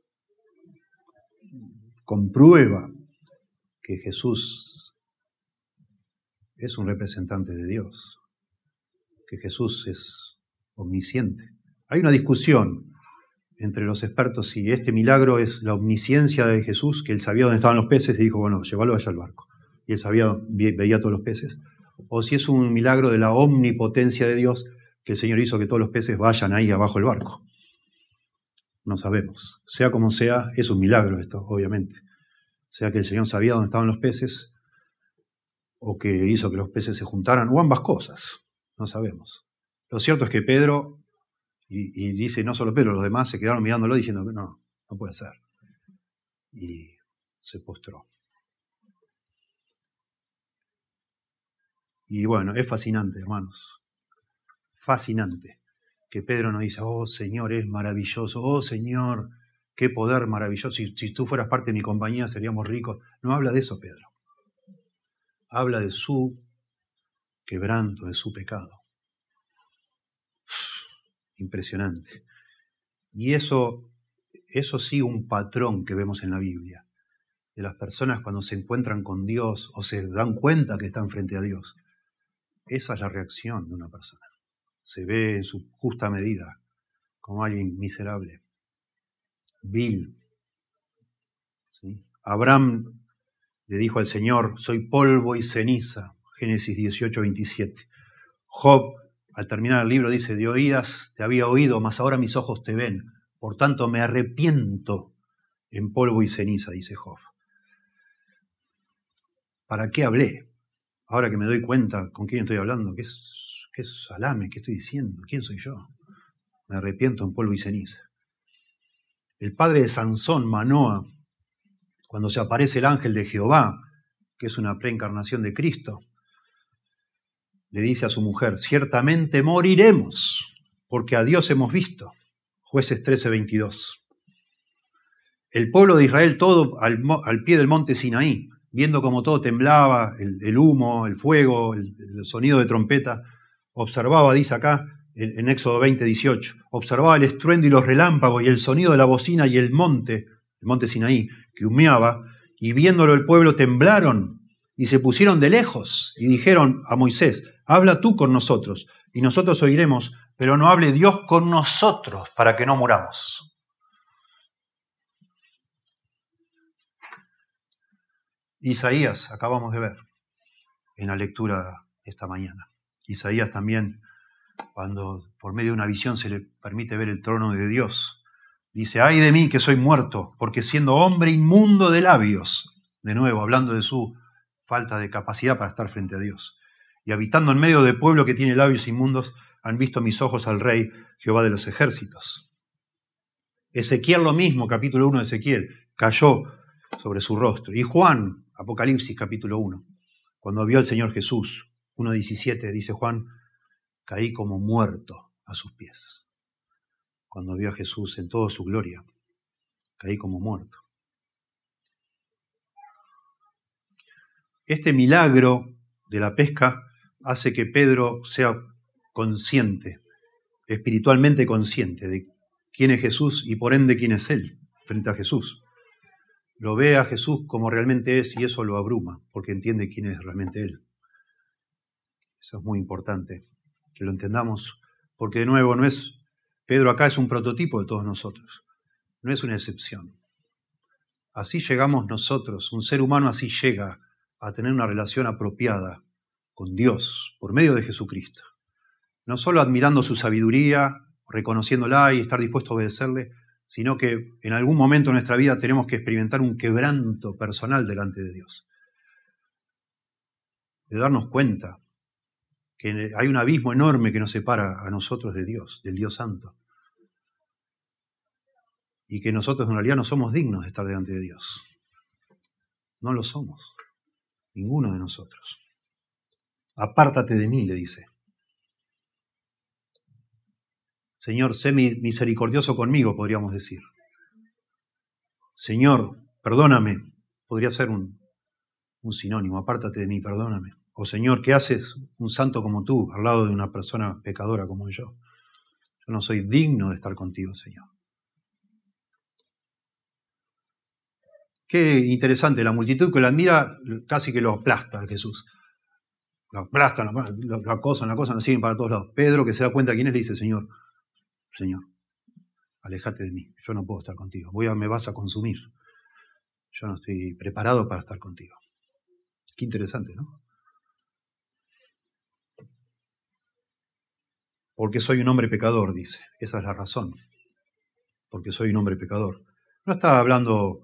comprueba que Jesús es un representante de Dios, que Jesús es omnisciente. Hay una discusión entre los expertos si este milagro es la omnisciencia de Jesús, que él sabía dónde estaban los peces y dijo, bueno, llévalo allá al barco. Y él sabía, veía todos los peces. O si es un milagro de la omnipotencia de Dios, que el Señor hizo que todos los peces vayan ahí abajo del barco. No sabemos. Sea como sea, es un milagro esto, obviamente. Sea que el Señor sabía dónde estaban los peces, o que hizo que los peces se juntaran, o ambas cosas. No sabemos. Lo cierto es que Pedro, y, y dice no solo Pedro, los demás se quedaron mirándolo diciendo, no, no puede ser. Y se postró. Y bueno, es fascinante, hermanos. Fascinante. Que Pedro nos dice, oh Señor, es maravilloso. Oh Señor, qué poder maravilloso. Si, si tú fueras parte de mi compañía, seríamos ricos. No habla de eso, Pedro. Habla de su quebranto, de su pecado. Impresionante. Y eso, eso sí, un patrón que vemos en la Biblia. De las personas cuando se encuentran con Dios o se dan cuenta que están frente a Dios. Esa es la reacción de una persona. Se ve en su justa medida como alguien miserable, vil. ¿Sí? Abraham le dijo al Señor, soy polvo y ceniza, Génesis dieciocho, veintisiete. Job, al terminar el libro, dice, de oídas te había oído, mas ahora mis ojos te ven. Por tanto, me arrepiento en polvo y ceniza, dice Job. ¿Para qué hablé? Ahora que me doy cuenta con quién estoy hablando, ¿qué es, qué es salame? ¿Qué estoy diciendo? ¿Quién soy yo? Me arrepiento en polvo y ceniza. El padre de Sansón, Manoa, cuando se aparece el ángel de Jehová, que es una preencarnación de Cristo, le dice a su mujer, ciertamente moriremos, porque a Dios hemos visto. Jueces trece, veintidós. El pueblo de Israel todo al, al pie del monte Sinaí, viendo cómo todo temblaba, el, el humo, el fuego, el, el sonido de trompeta, observaba, dice acá, en, en Éxodo veinte, dieciocho, observaba el estruendo y los relámpagos y el sonido de la bocina y el monte, el monte Sinaí, que humeaba, y viéndolo el pueblo temblaron y se pusieron de lejos y dijeron a Moisés, habla tú con nosotros y nosotros oiremos, pero no hable Dios con nosotros para que no muramos. Isaías, acabamos de ver en la lectura esta mañana. Isaías también, cuando por medio de una visión se le permite ver el trono de Dios, dice, ay de mí que soy muerto, porque siendo hombre inmundo de labios, de nuevo hablando de su falta de capacidad para estar frente a Dios, y habitando en medio de pueblo que tiene labios inmundos, han visto mis ojos al Rey, Jehová de los ejércitos. Ezequiel lo mismo, capítulo uno de Ezequiel, cayó sobre su rostro. Y Juan, Apocalipsis capítulo uno, cuando vio al Señor Jesús, uno diecisiete, dice Juan, caí como muerto a sus pies. Cuando vio a Jesús en toda su gloria, caí como muerto. Este milagro de la pesca hace que Pedro sea consciente, espiritualmente consciente de quién es Jesús y por ende quién es él frente a Jesús. Lo ve a Jesús como realmente es y eso lo abruma, porque entiende quién es realmente él. Eso es muy importante, que lo entendamos, porque de nuevo no es, Pedro acá es un prototipo de todos nosotros, no es una excepción. Así llegamos nosotros, un ser humano así llega a tener una relación apropiada con Dios por medio de Jesucristo. No solo admirando su sabiduría, reconociéndola y estar dispuesto a obedecerle, sino que en algún momento de nuestra vida tenemos que experimentar un quebranto personal delante de Dios. De darnos cuenta que hay un abismo enorme que nos separa a nosotros de Dios, del Dios Santo. Y que nosotros en realidad no somos dignos de estar delante de Dios. No lo somos. Ninguno de nosotros. Apártate de mí, le dice. Señor, sé misericordioso conmigo, podríamos decir. Señor, perdóname, podría ser un, un sinónimo, apártate de mí, perdóname. O Señor, ¿qué haces un santo como tú al lado de una persona pecadora como yo? Yo no soy digno de estar contigo, Señor. Qué interesante, la multitud que lo admira casi que lo aplasta a Jesús. Lo aplastan, lo, lo acosan, lo acosan, lo siguen para todos lados. Pedro, que se da cuenta quién es, le dice, Señor, Señor, aléjate de mí, yo no puedo estar contigo, voy a, me vas a consumir. Yo no estoy preparado para estar contigo. Qué interesante, ¿no? Porque soy un hombre pecador, dice. Esa es la razón. Porque soy un hombre pecador. No está hablando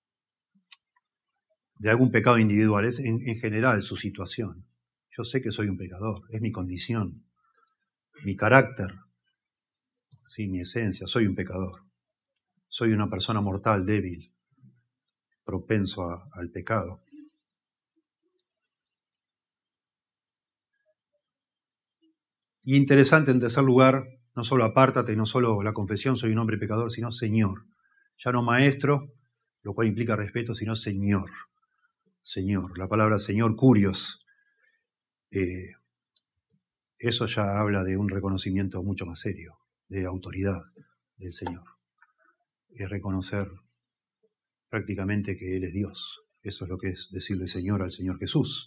de algún pecado individual, es en, en general su situación. Yo sé que soy un pecador, es mi condición, mi carácter, sí, mi esencia, soy un pecador. Soy una persona mortal, débil, propenso a, al pecado. Y interesante, en tercer lugar, no solo apártate, no solo la confesión, soy un hombre pecador, sino Señor. Ya no maestro, lo cual implica respeto, sino Señor. Señor, la palabra Señor, curios. Eh, eso ya habla de un reconocimiento mucho más serio, de autoridad del Señor. Es reconocer prácticamente que Él es Dios. Eso es lo que es decirle Señor al Señor Jesús.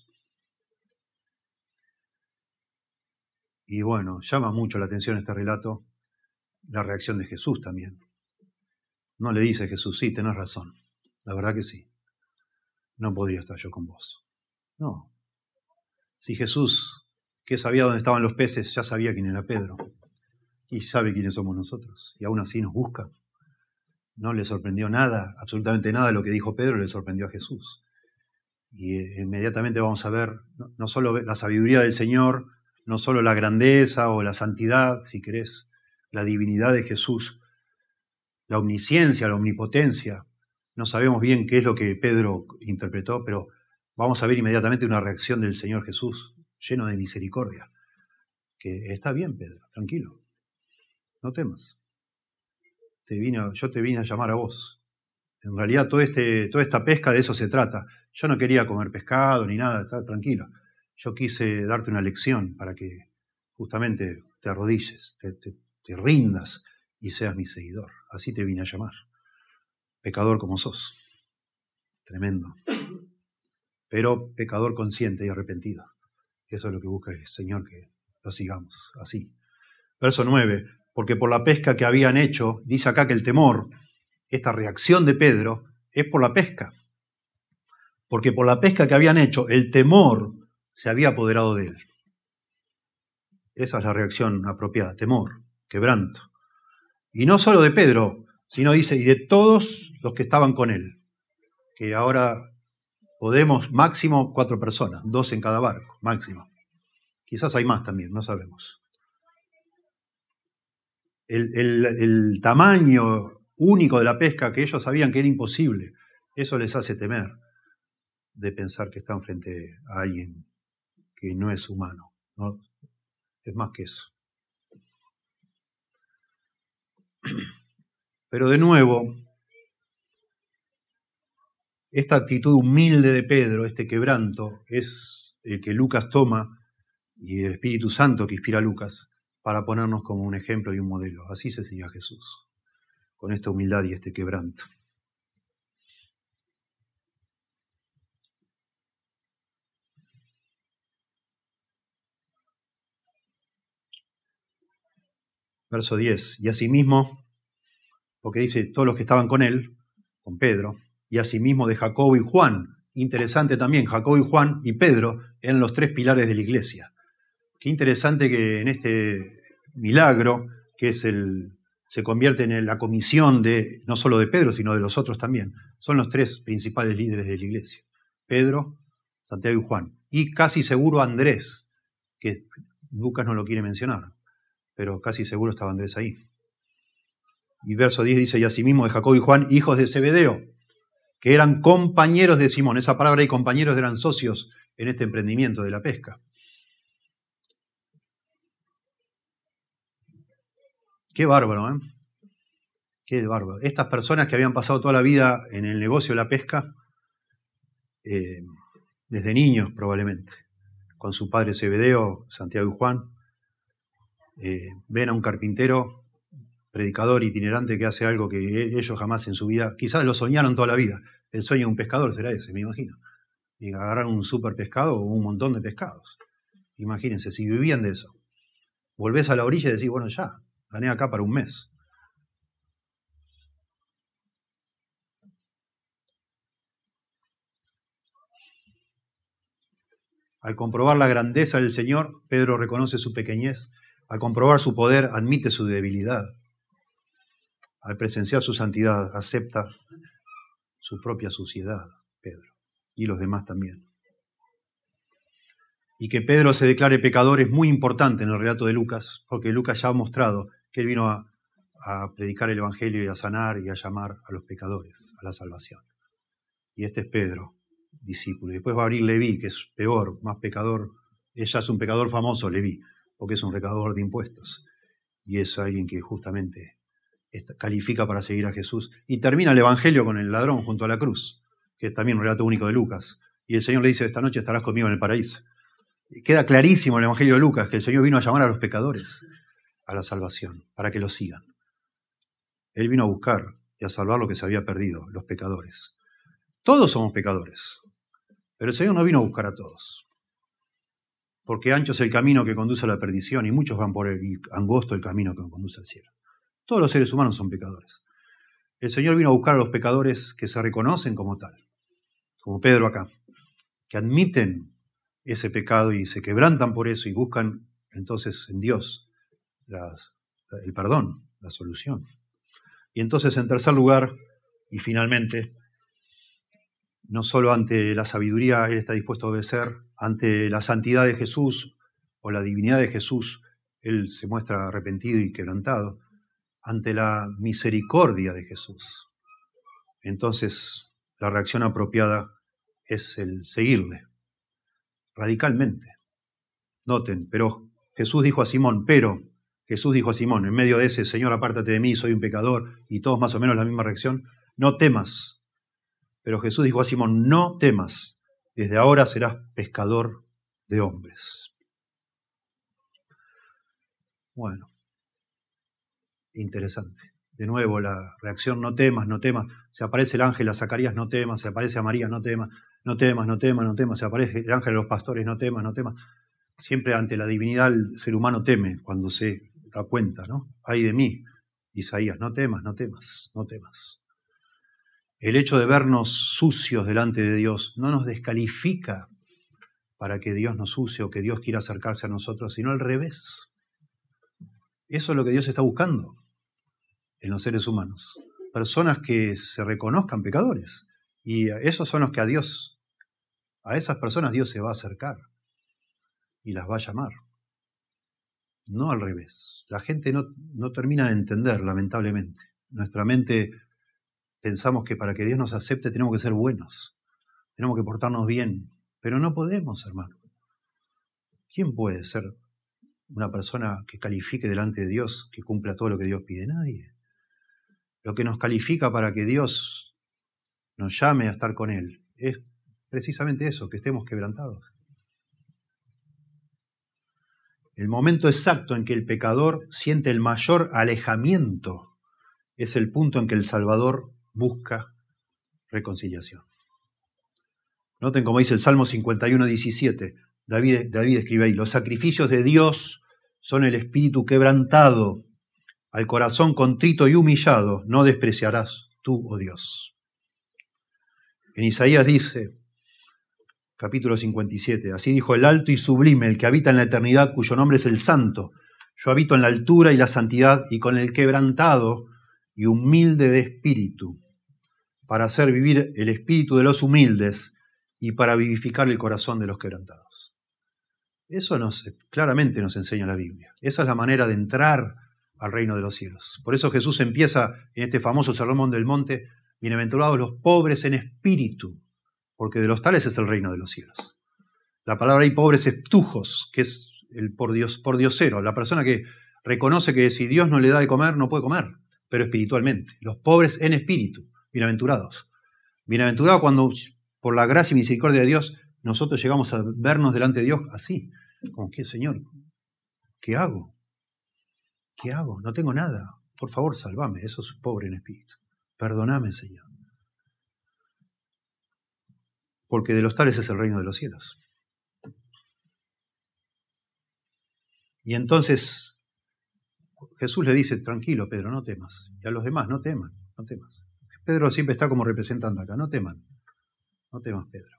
Y bueno, llama mucho la atención este relato, la reacción de Jesús también. No le dice Jesús, sí, tenés razón, la verdad que sí, no podría estar yo con vos. No. Si Jesús, que sabía dónde estaban los peces, ya sabía quién era Pedro, y sabe quiénes somos nosotros, y aún así nos busca. No le sorprendió nada, absolutamente nada de lo que dijo Pedro le sorprendió a Jesús. Y eh, inmediatamente vamos a ver no, no solo la sabiduría del Señor, no solo la grandeza o la santidad, si querés, la divinidad de Jesús, la omnisciencia, la omnipotencia. No sabemos bien qué es lo que Pedro interpretó, pero vamos a ver inmediatamente una reacción del Señor Jesús, lleno de misericordia. Que está bien, Pedro, tranquilo, no temas. Te vine, yo te vine a llamar a vos. En realidad todo este, toda esta pesca de eso se trata. Yo no quería comer pescado ni nada, está tranquilo. Yo quise darte una lección para que justamente te arrodilles, te, te, te rindas y seas mi seguidor. Así te vine a llamar. Pecador como sos. Tremendo. Pero pecador consciente y arrepentido. Eso es lo que busca el Señor, que lo sigamos así. Verso nueve. Porque por la pesca que habían hecho, dice acá que el temor, esta reacción de Pedro, es por la pesca. Porque por la pesca que habían hecho, el temor se había apoderado de él. Esa es la reacción apropiada, temor, quebranto. Y no solo de Pedro, sino dice, y de todos los que estaban con él. Que ahora podemos, máximo cuatro personas, dos en cada barco, máximo. Quizás hay más también, no sabemos. El, el, el tamaño único de la pesca, que ellos sabían que era imposible, eso les hace temer de pensar que están frente a alguien que no es humano, ¿no? Es más que eso. Pero de nuevo, esta actitud humilde de Pedro, este quebranto, es el que Lucas toma y el Espíritu Santo que inspira a Lucas para ponernos como un ejemplo y un modelo. Así se sigue a Jesús, con esta humildad y este quebranto. Verso diez. Y asimismo, porque dice todos los que estaban con él, con Pedro, y asimismo de Jacobo y Juan. Interesante también, Jacobo y Juan y Pedro eran los tres pilares de la iglesia. Qué interesante que en este milagro, que es el, se convierte en la comisión de no solo de Pedro, sino de los otros también, son los tres principales líderes de la iglesia. Pedro, Santiago y Juan. Y casi seguro Andrés, que Lucas no lo quiere mencionar, pero casi seguro estaba Andrés ahí. Y verso diez dice, y asimismo de Jacobo y Juan, hijos de Zebedeo, que eran compañeros de Simón. Esa palabra y compañeros eran socios en este emprendimiento de la pesca. Qué bárbaro, ¿eh? Qué bárbaro. Estas personas que habían pasado toda la vida en el negocio de la pesca, eh, desde niños probablemente, con su padre Zebedeo, Santiago y Juan, eh, ven a un carpintero, predicador itinerante que hace algo que ellos jamás en su vida, quizás lo soñaron toda la vida, El sueño de un pescador será ese, me imagino. Y agarrar un super pescado o un montón de pescados. Imagínense, si vivían de eso. Volvés a la orilla y decís, bueno, ya, gané acá para un mes. Al comprobar la grandeza del Señor, Pedro reconoce su pequeñez. Al comprobar su poder, admite su debilidad. Al presenciar su santidad, acepta su propia suciedad, Pedro, y los demás también. Y que Pedro se declare pecador es muy importante en el relato de Lucas, porque Lucas ya ha mostrado que él vino a, a predicar el Evangelio y a sanar y a llamar a los pecadores a la salvación. Y este es Pedro, discípulo. Y después va a abrir Leví, que es peor, más pecador. Ella es un pecador famoso, Leví, porque es un recaudador de impuestos. Y es alguien que justamente califica para seguir a Jesús. Y termina el Evangelio con el ladrón junto a la cruz, que es también un relato único de Lucas. Y el Señor le dice, esta noche estarás conmigo en el paraíso. Y queda clarísimo en el Evangelio de Lucas que el Señor vino a llamar a los pecadores a la salvación, para que lo sigan. Él vino a buscar y a salvar lo que se había perdido, los pecadores. Todos somos pecadores, pero el Señor no vino a buscar a todos. Porque ancho es el camino que conduce a la perdición y muchos van por él, y angosto el camino que conduce al cielo. Todos los seres humanos son pecadores. El Señor vino a buscar a los pecadores que se reconocen como tal, como Pedro acá, que admiten ese pecado y se quebrantan por eso y buscan entonces en Dios las, el perdón, la solución. Y entonces, en tercer lugar, y finalmente, no solo ante la sabiduría Él está dispuesto a obedecer, ante la santidad de Jesús o la divinidad de Jesús, Él se muestra arrepentido y quebrantado, ante la misericordia de Jesús. Entonces, la reacción apropiada es el seguirle, radicalmente. Noten, pero Jesús dijo a Simón, pero Jesús dijo a Simón, en medio de ese, Señor, apártate de mí, soy un pecador, y todos más o menos la misma reacción, no temas. Pero Jesús dijo a Simón, no temas, desde ahora serás pescador de hombres. Bueno, interesante. De nuevo la reacción, no temas, no temas. Se aparece el ángel a Zacarías, no temas. Se aparece a María, no temas, no temas, no temas, no temas. Se aparece el ángel a los pastores, no temas, no temas. Siempre ante la divinidad el ser humano teme cuando se da cuenta, ¿no? Ay de mí, Isaías, no temas, no temas, no temas. El hecho de vernos sucios delante de Dios no nos descalifica para que Dios nos use o que Dios quiera acercarse a nosotros, sino al revés. Eso es lo que Dios está buscando en los seres humanos. Personas que se reconozcan pecadores. Y esos son los que a Dios, a esas personas Dios se va a acercar y las va a llamar. No al revés. La gente no, no termina de entender, lamentablemente. Nuestra mente pensamos que para que Dios nos acepte tenemos que ser buenos, tenemos que portarnos bien, pero no podemos, hermano. ¿Quién puede ser una persona que califique delante de Dios, que cumpla todo lo que Dios pide? Nadie. Lo que nos califica para que Dios nos llame a estar con Él es precisamente eso, que estemos quebrantados. El momento exacto en que el pecador siente el mayor alejamiento es el punto en que el Salvador busca reconciliación. Noten como dice el Salmo cincuenta y uno, diecisiete. David, David escribe ahí, los sacrificios de Dios son el espíritu quebrantado, al corazón contrito y humillado no despreciarás tú, oh Dios. En Isaías dice, capítulo cincuenta y siete, así dijo el alto y sublime, el que habita en la eternidad, cuyo nombre es el Santo. Yo habito en la altura y la santidad y con el quebrantado y humilde de espíritu, para hacer vivir el espíritu de los humildes y para vivificar el corazón de los quebrantados. Eso nos, claramente nos enseña la Biblia. Esa es la manera de entrar al reino de los cielos. Por eso Jesús empieza en este famoso Sermón del Monte, bienaventurados los pobres en espíritu, porque de los tales es el reino de los cielos. La palabra ahí pobres es ptujos, que es el por Dios, por diosero, la persona que reconoce que si Dios no le da de comer, no puede comer, pero espiritualmente. Los pobres en espíritu, bienaventurados. Bienaventurados cuando, por la gracia y misericordia de Dios, nosotros llegamos a vernos delante de Dios así, como que, Señor, ¿qué hago? ¿Qué hago? No tengo nada. Por favor, sálvame. Eso es pobre en espíritu. Perdóname, Señor. porque de los tales es el reino de los cielos. Y entonces Jesús le dice, tranquilo, Pedro, no temas. Y a los demás, no teman, no temas. Pedro siempre está como representante acá, no teman, no temas, Pedro.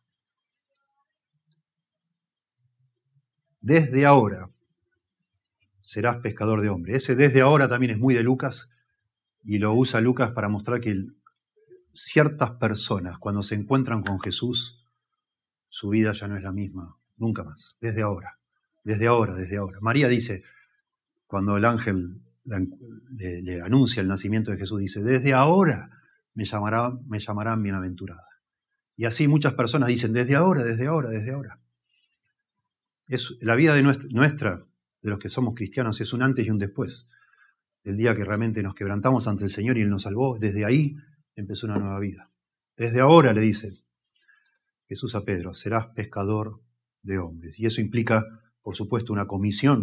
Desde ahora serás pescador de hombres. Ese desde ahora también es muy de Lucas y lo usa Lucas para mostrar que ciertas personas cuando se encuentran con Jesús, su vida ya no es la misma, nunca más, desde ahora, desde ahora, desde ahora. María dice, cuando el ángel le, le anuncia el nacimiento de Jesús, dice, desde ahora me, llamará, me llamarán bienaventurada. Y así muchas personas dicen, desde ahora, desde ahora, desde ahora. Es, la vida de nuestra, nuestra, de los que somos cristianos, es un antes y un después. El día que realmente nos quebrantamos ante el Señor y Él nos salvó, desde ahí empezó una nueva vida. Desde ahora, le dice Jesús a Pedro, serás pescador de hombres. Y eso implica, por supuesto, una comisión.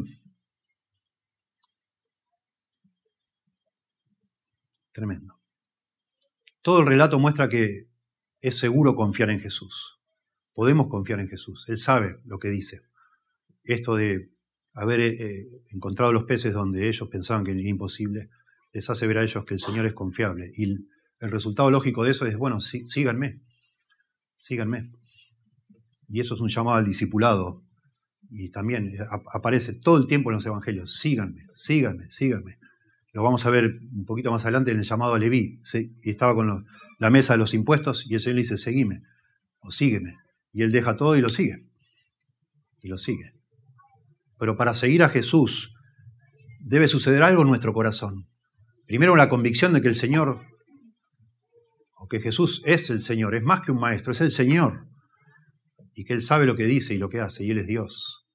Tremendo. Todo el relato muestra que es seguro confiar en Jesús. Podemos confiar en Jesús. Él sabe lo que dice. Esto de haber eh, encontrado los peces donde ellos pensaban que era imposible, les hace ver a ellos que el Señor es confiable. Y el, el resultado lógico de eso es, bueno, sí, síganme, síganme. Y eso es un llamado al discipulado. Y también aparece todo el tiempo en los evangelios, síganme, síganme, síganme. Lo vamos a ver un poquito más adelante en el llamado a Leví. Y estaba con los, la mesa de los impuestos y el Señor le dice, seguime, o sígueme. Y él deja todo y lo sigue. Y lo sigue. Pero para seguir a Jesús debe suceder algo en nuestro corazón. Primero, la convicción de que el Señor, o que Jesús es el Señor, es más que un maestro, es el Señor. Y que Él sabe lo que dice y lo que hace, y Él es Dios.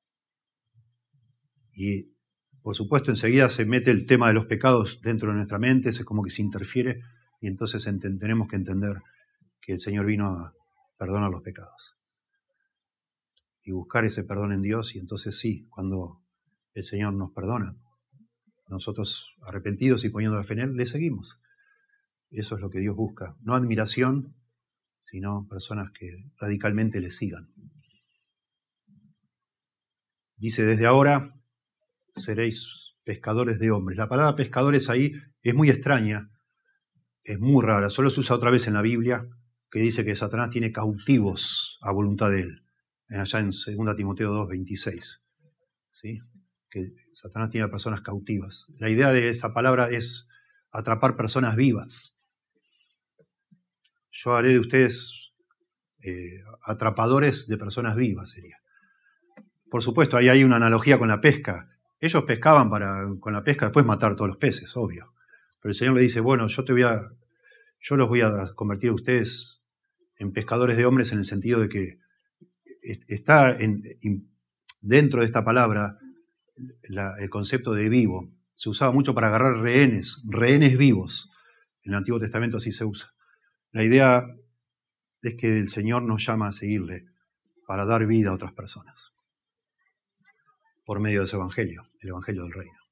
Y, por supuesto, enseguida se mete el tema de los pecados dentro de nuestra mente, es como que se interfiere, y entonces ent- tenemos que entender que el Señor vino a perdonar los pecados. Y buscar ese perdón en Dios, y entonces sí, cuando el Señor nos perdona, nosotros arrepentidos y poniendo la fe en Él, le seguimos. Eso es lo que Dios busca. No admiración, sino personas que radicalmente le sigan. Dice, desde ahora seréis pescadores de hombres. La palabra pescadores ahí es muy extraña, es muy rara, solo se usa otra vez en la Biblia, que dice que Satanás tiene cautivos a voluntad de él, allá en segunda Timoteo dos, veintiséis, ¿sí? Que Satanás tiene a personas cautivas. La idea de esa palabra es atrapar personas vivas. Yo haré de ustedes eh, atrapadores de personas vivas, sería. Por supuesto, ahí hay una analogía con la pesca. Ellos pescaban para, con la pesca, después matar todos los peces, obvio. Pero el Señor le dice, bueno, yo te voy a, yo los voy a convertir a ustedes en pescadores de hombres en el sentido de que está en, in, dentro de esta palabra la, el concepto de vivo. Se usaba mucho para agarrar rehenes, rehenes vivos. En el Antiguo Testamento así se usa. La idea es que el Señor nos llama a seguirle para dar vida a otras personas por medio de ese evangelio, el evangelio del reino.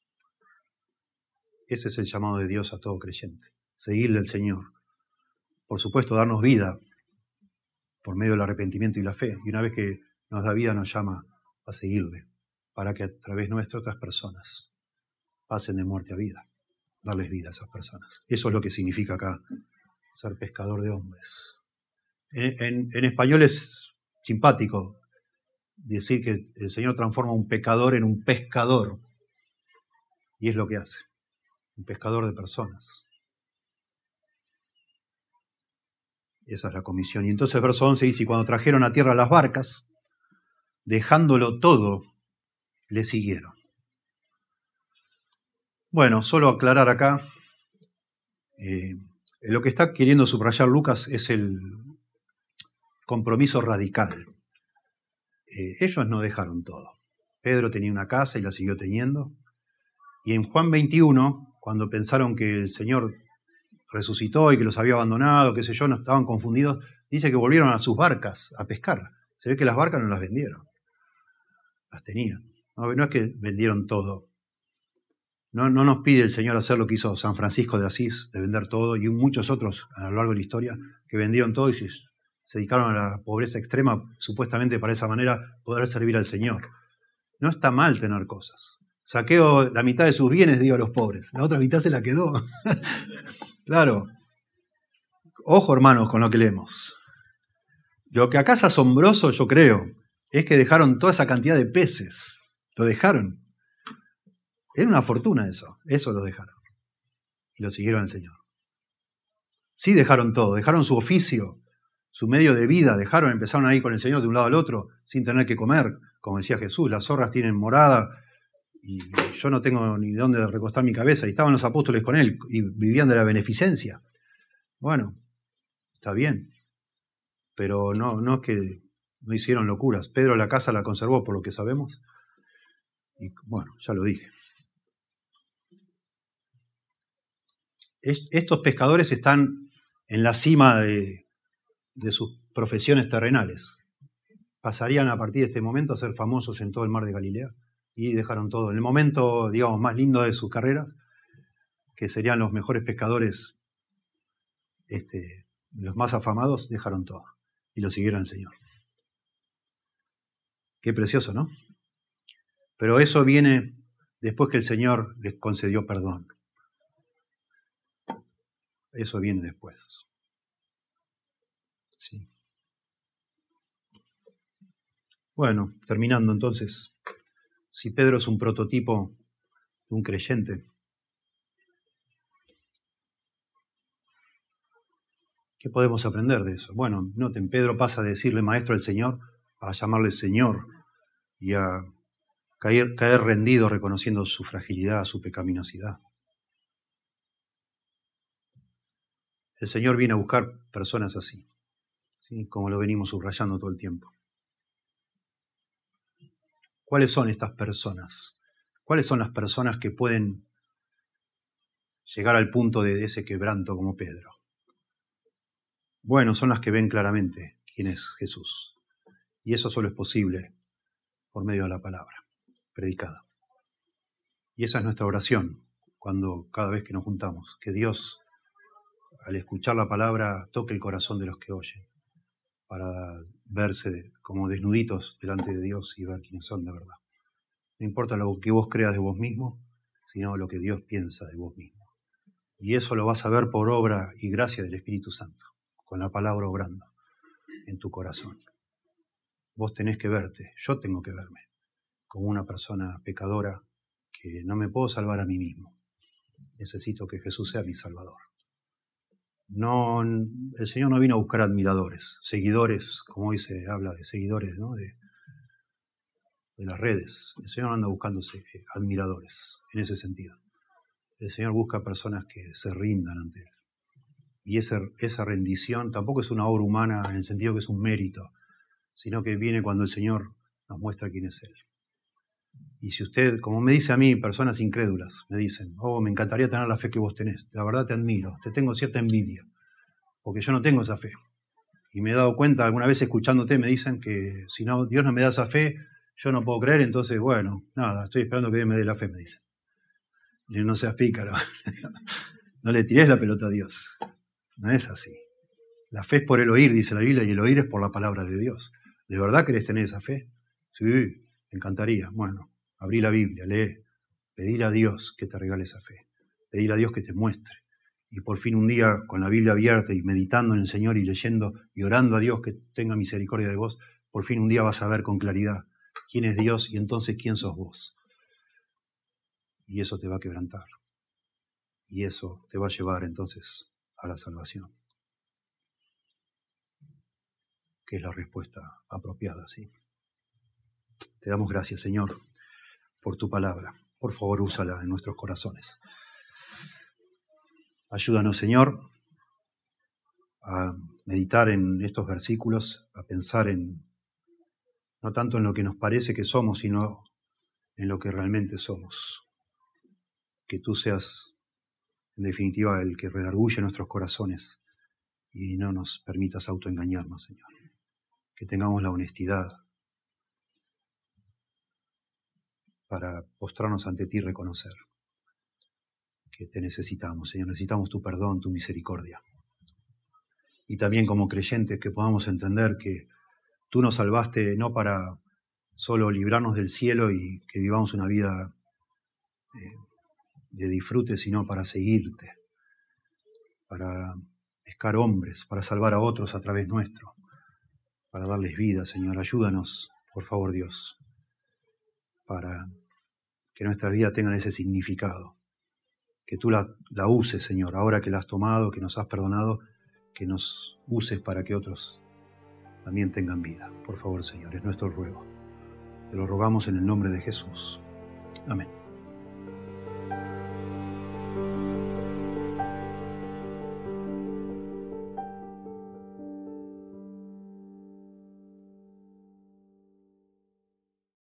Ese es el llamado de Dios a todo creyente, seguirle al Señor. Por supuesto, darnos vida por medio del arrepentimiento y la fe. Y una vez que nos da vida, nos llama a seguirle, para que a través nuestro otras personas pasen de muerte a vida, darles vida a esas personas. Eso es lo que significa acá ser pescador de hombres. En, en, en español es simpático decir que el Señor transforma a un pecador en un pescador. Y es lo que hace, un pescador de personas. Esa es la comisión. Y entonces verso once dice, y cuando trajeron a tierra las barcas, dejándolo todo, le siguieron. Bueno, solo aclarar acá, eh, lo que está queriendo subrayar Lucas es el compromiso radical. Eh, ellos no dejaron todo. Pedro tenía una casa y la siguió teniendo. Y en Juan veintiuno, cuando pensaron que el Señor resucitó y que los había abandonado, qué sé yo, no estaban confundidos, dice que volvieron a sus barcas a pescar. Se ve que las barcas no las vendieron, las tenían. No, no es que vendieron todo. No, no nos pide el Señor hacer lo que hizo San Francisco de Asís, de vender todo, y muchos otros a lo largo de la historia que vendieron todo y Se dedicaron a la pobreza extrema, supuestamente para esa manera poder servir al Señor. No está mal tener cosas. Saqueo la mitad de sus bienes, dio a los pobres. La otra mitad se la quedó. Claro. Ojo, hermanos, con lo que leemos. Lo que acá es asombroso, yo creo, es que dejaron toda esa cantidad de peces. Lo dejaron. Era una fortuna eso. Eso lo dejaron. Y lo siguieron al Señor. Sí dejaron todo. Dejaron su oficio, su medio de vida. Dejaron, empezaron a ir con el Señor de un lado al otro sin tener que comer. Como decía Jesús, las zorras tienen morada y yo no tengo ni dónde recostar mi cabeza. Y estaban los apóstoles con él y vivían de la beneficencia. Bueno, está bien. Pero no, no es que no hicieron locuras. Pedro la casa la conservó, por lo que sabemos. Y bueno, ya lo dije. Es, estos pescadores están en la cima de, de sus profesiones terrenales. Pasarían a partir de este momento a ser famosos en todo el mar de Galilea. Y dejaron todo. En el momento, digamos, más lindo de sus carreras, que serían los mejores pescadores, este, los más afamados, dejaron todo. Y lo siguieron al Señor. Qué precioso, ¿no? Pero eso viene después que el Señor les concedió perdón. Eso viene después. Sí. Bueno, terminando entonces. Si Pedro es un prototipo de un creyente, ¿qué podemos aprender de eso? Bueno, noten, Pedro pasa de decirle maestro al Señor a llamarle Señor y a caer, caer rendido reconociendo su fragilidad, su pecaminosidad. El Señor viene a buscar personas así, ¿sí? Como lo venimos subrayando todo el tiempo. ¿Cuáles son estas personas? ¿Cuáles son las personas que pueden llegar al punto de ese quebranto como Pedro? Bueno, son las que ven claramente quién es Jesús. Y eso solo es posible por medio de la palabra predicada. Y esa es nuestra oración cuando cada vez que nos juntamos, que Dios, al escuchar la palabra, toque el corazón de los que oyen, para verse como desnuditos delante de Dios y ver quiénes son de verdad. No importa lo que vos creas de vos mismo, sino lo que Dios piensa de vos mismo. Y eso lo vas a ver por obra y gracia del Espíritu Santo, con la palabra obrando en tu corazón. Vos tenés que verte, yo tengo que verme, como una persona pecadora que no me puedo salvar a mí mismo. Necesito que Jesús sea mi Salvador. No, el Señor no vino a buscar admiradores, seguidores, como hoy se habla de seguidores, ¿no? de, de las redes. El Señor no anda buscando admiradores en ese sentido. El Señor busca personas que se rindan ante Él. Y esa, esa rendición tampoco es una obra humana en el sentido que es un mérito, sino que viene cuando el Señor nos muestra quién es Él. Y si usted, como me dice a mí, personas incrédulas, me dicen, oh, me encantaría tener la fe que vos tenés, la verdad te admiro, te tengo cierta envidia, porque yo no tengo esa fe. Y me he dado cuenta, alguna vez escuchándote, me dicen que si no, Dios no me da esa fe, yo no puedo creer, entonces, bueno, nada, estoy esperando que Dios me dé la fe, me dicen. Y no seas pícaro, no le tires la pelota a Dios, no es así. La fe es por el oír, dice la Biblia, y el oír es por la palabra de Dios. ¿De verdad querés tener esa fe? Sí, me encantaría. Bueno, abrí la Biblia, lee, pedir a Dios que te regale esa fe, pedir a Dios que te muestre. Y por fin un día, con la Biblia abierta y meditando en el Señor y leyendo y orando a Dios que tenga misericordia de vos, por fin un día vas a ver con claridad quién es Dios y entonces quién sos vos. Y eso te va a quebrantar. Y eso te va a llevar entonces a la salvación, que es la respuesta apropiada, ¿sí? Te damos gracias, Señor, por tu palabra. Por favor, úsala en nuestros corazones. Ayúdanos, Señor, a meditar en estos versículos, a pensar en, no tanto en lo que nos parece que somos, sino en lo que realmente somos. Que tú seas, en definitiva, el que redarguye nuestros corazones y no nos permitas autoengañarnos, Señor. Que tengamos la honestidad para postrarnos ante ti y reconocer que te necesitamos, Señor. Necesitamos tu perdón, tu misericordia. y también como creyentes que podamos entender que tú nos salvaste no para solo librarnos del cielo y que vivamos una vida eh, de disfrute, sino para seguirte, para pescar hombres, para salvar a otros a través nuestro, para darles vida, Señor. Ayúdanos, por favor, Dios, para que nuestras vidas tengan ese significado. Que tú la, la uses, Señor, ahora que la has tomado, que nos has perdonado, que nos uses para que otros también tengan vida. Por favor, Señor, es nuestro ruego. Te lo rogamos en el nombre de Jesús. Amén.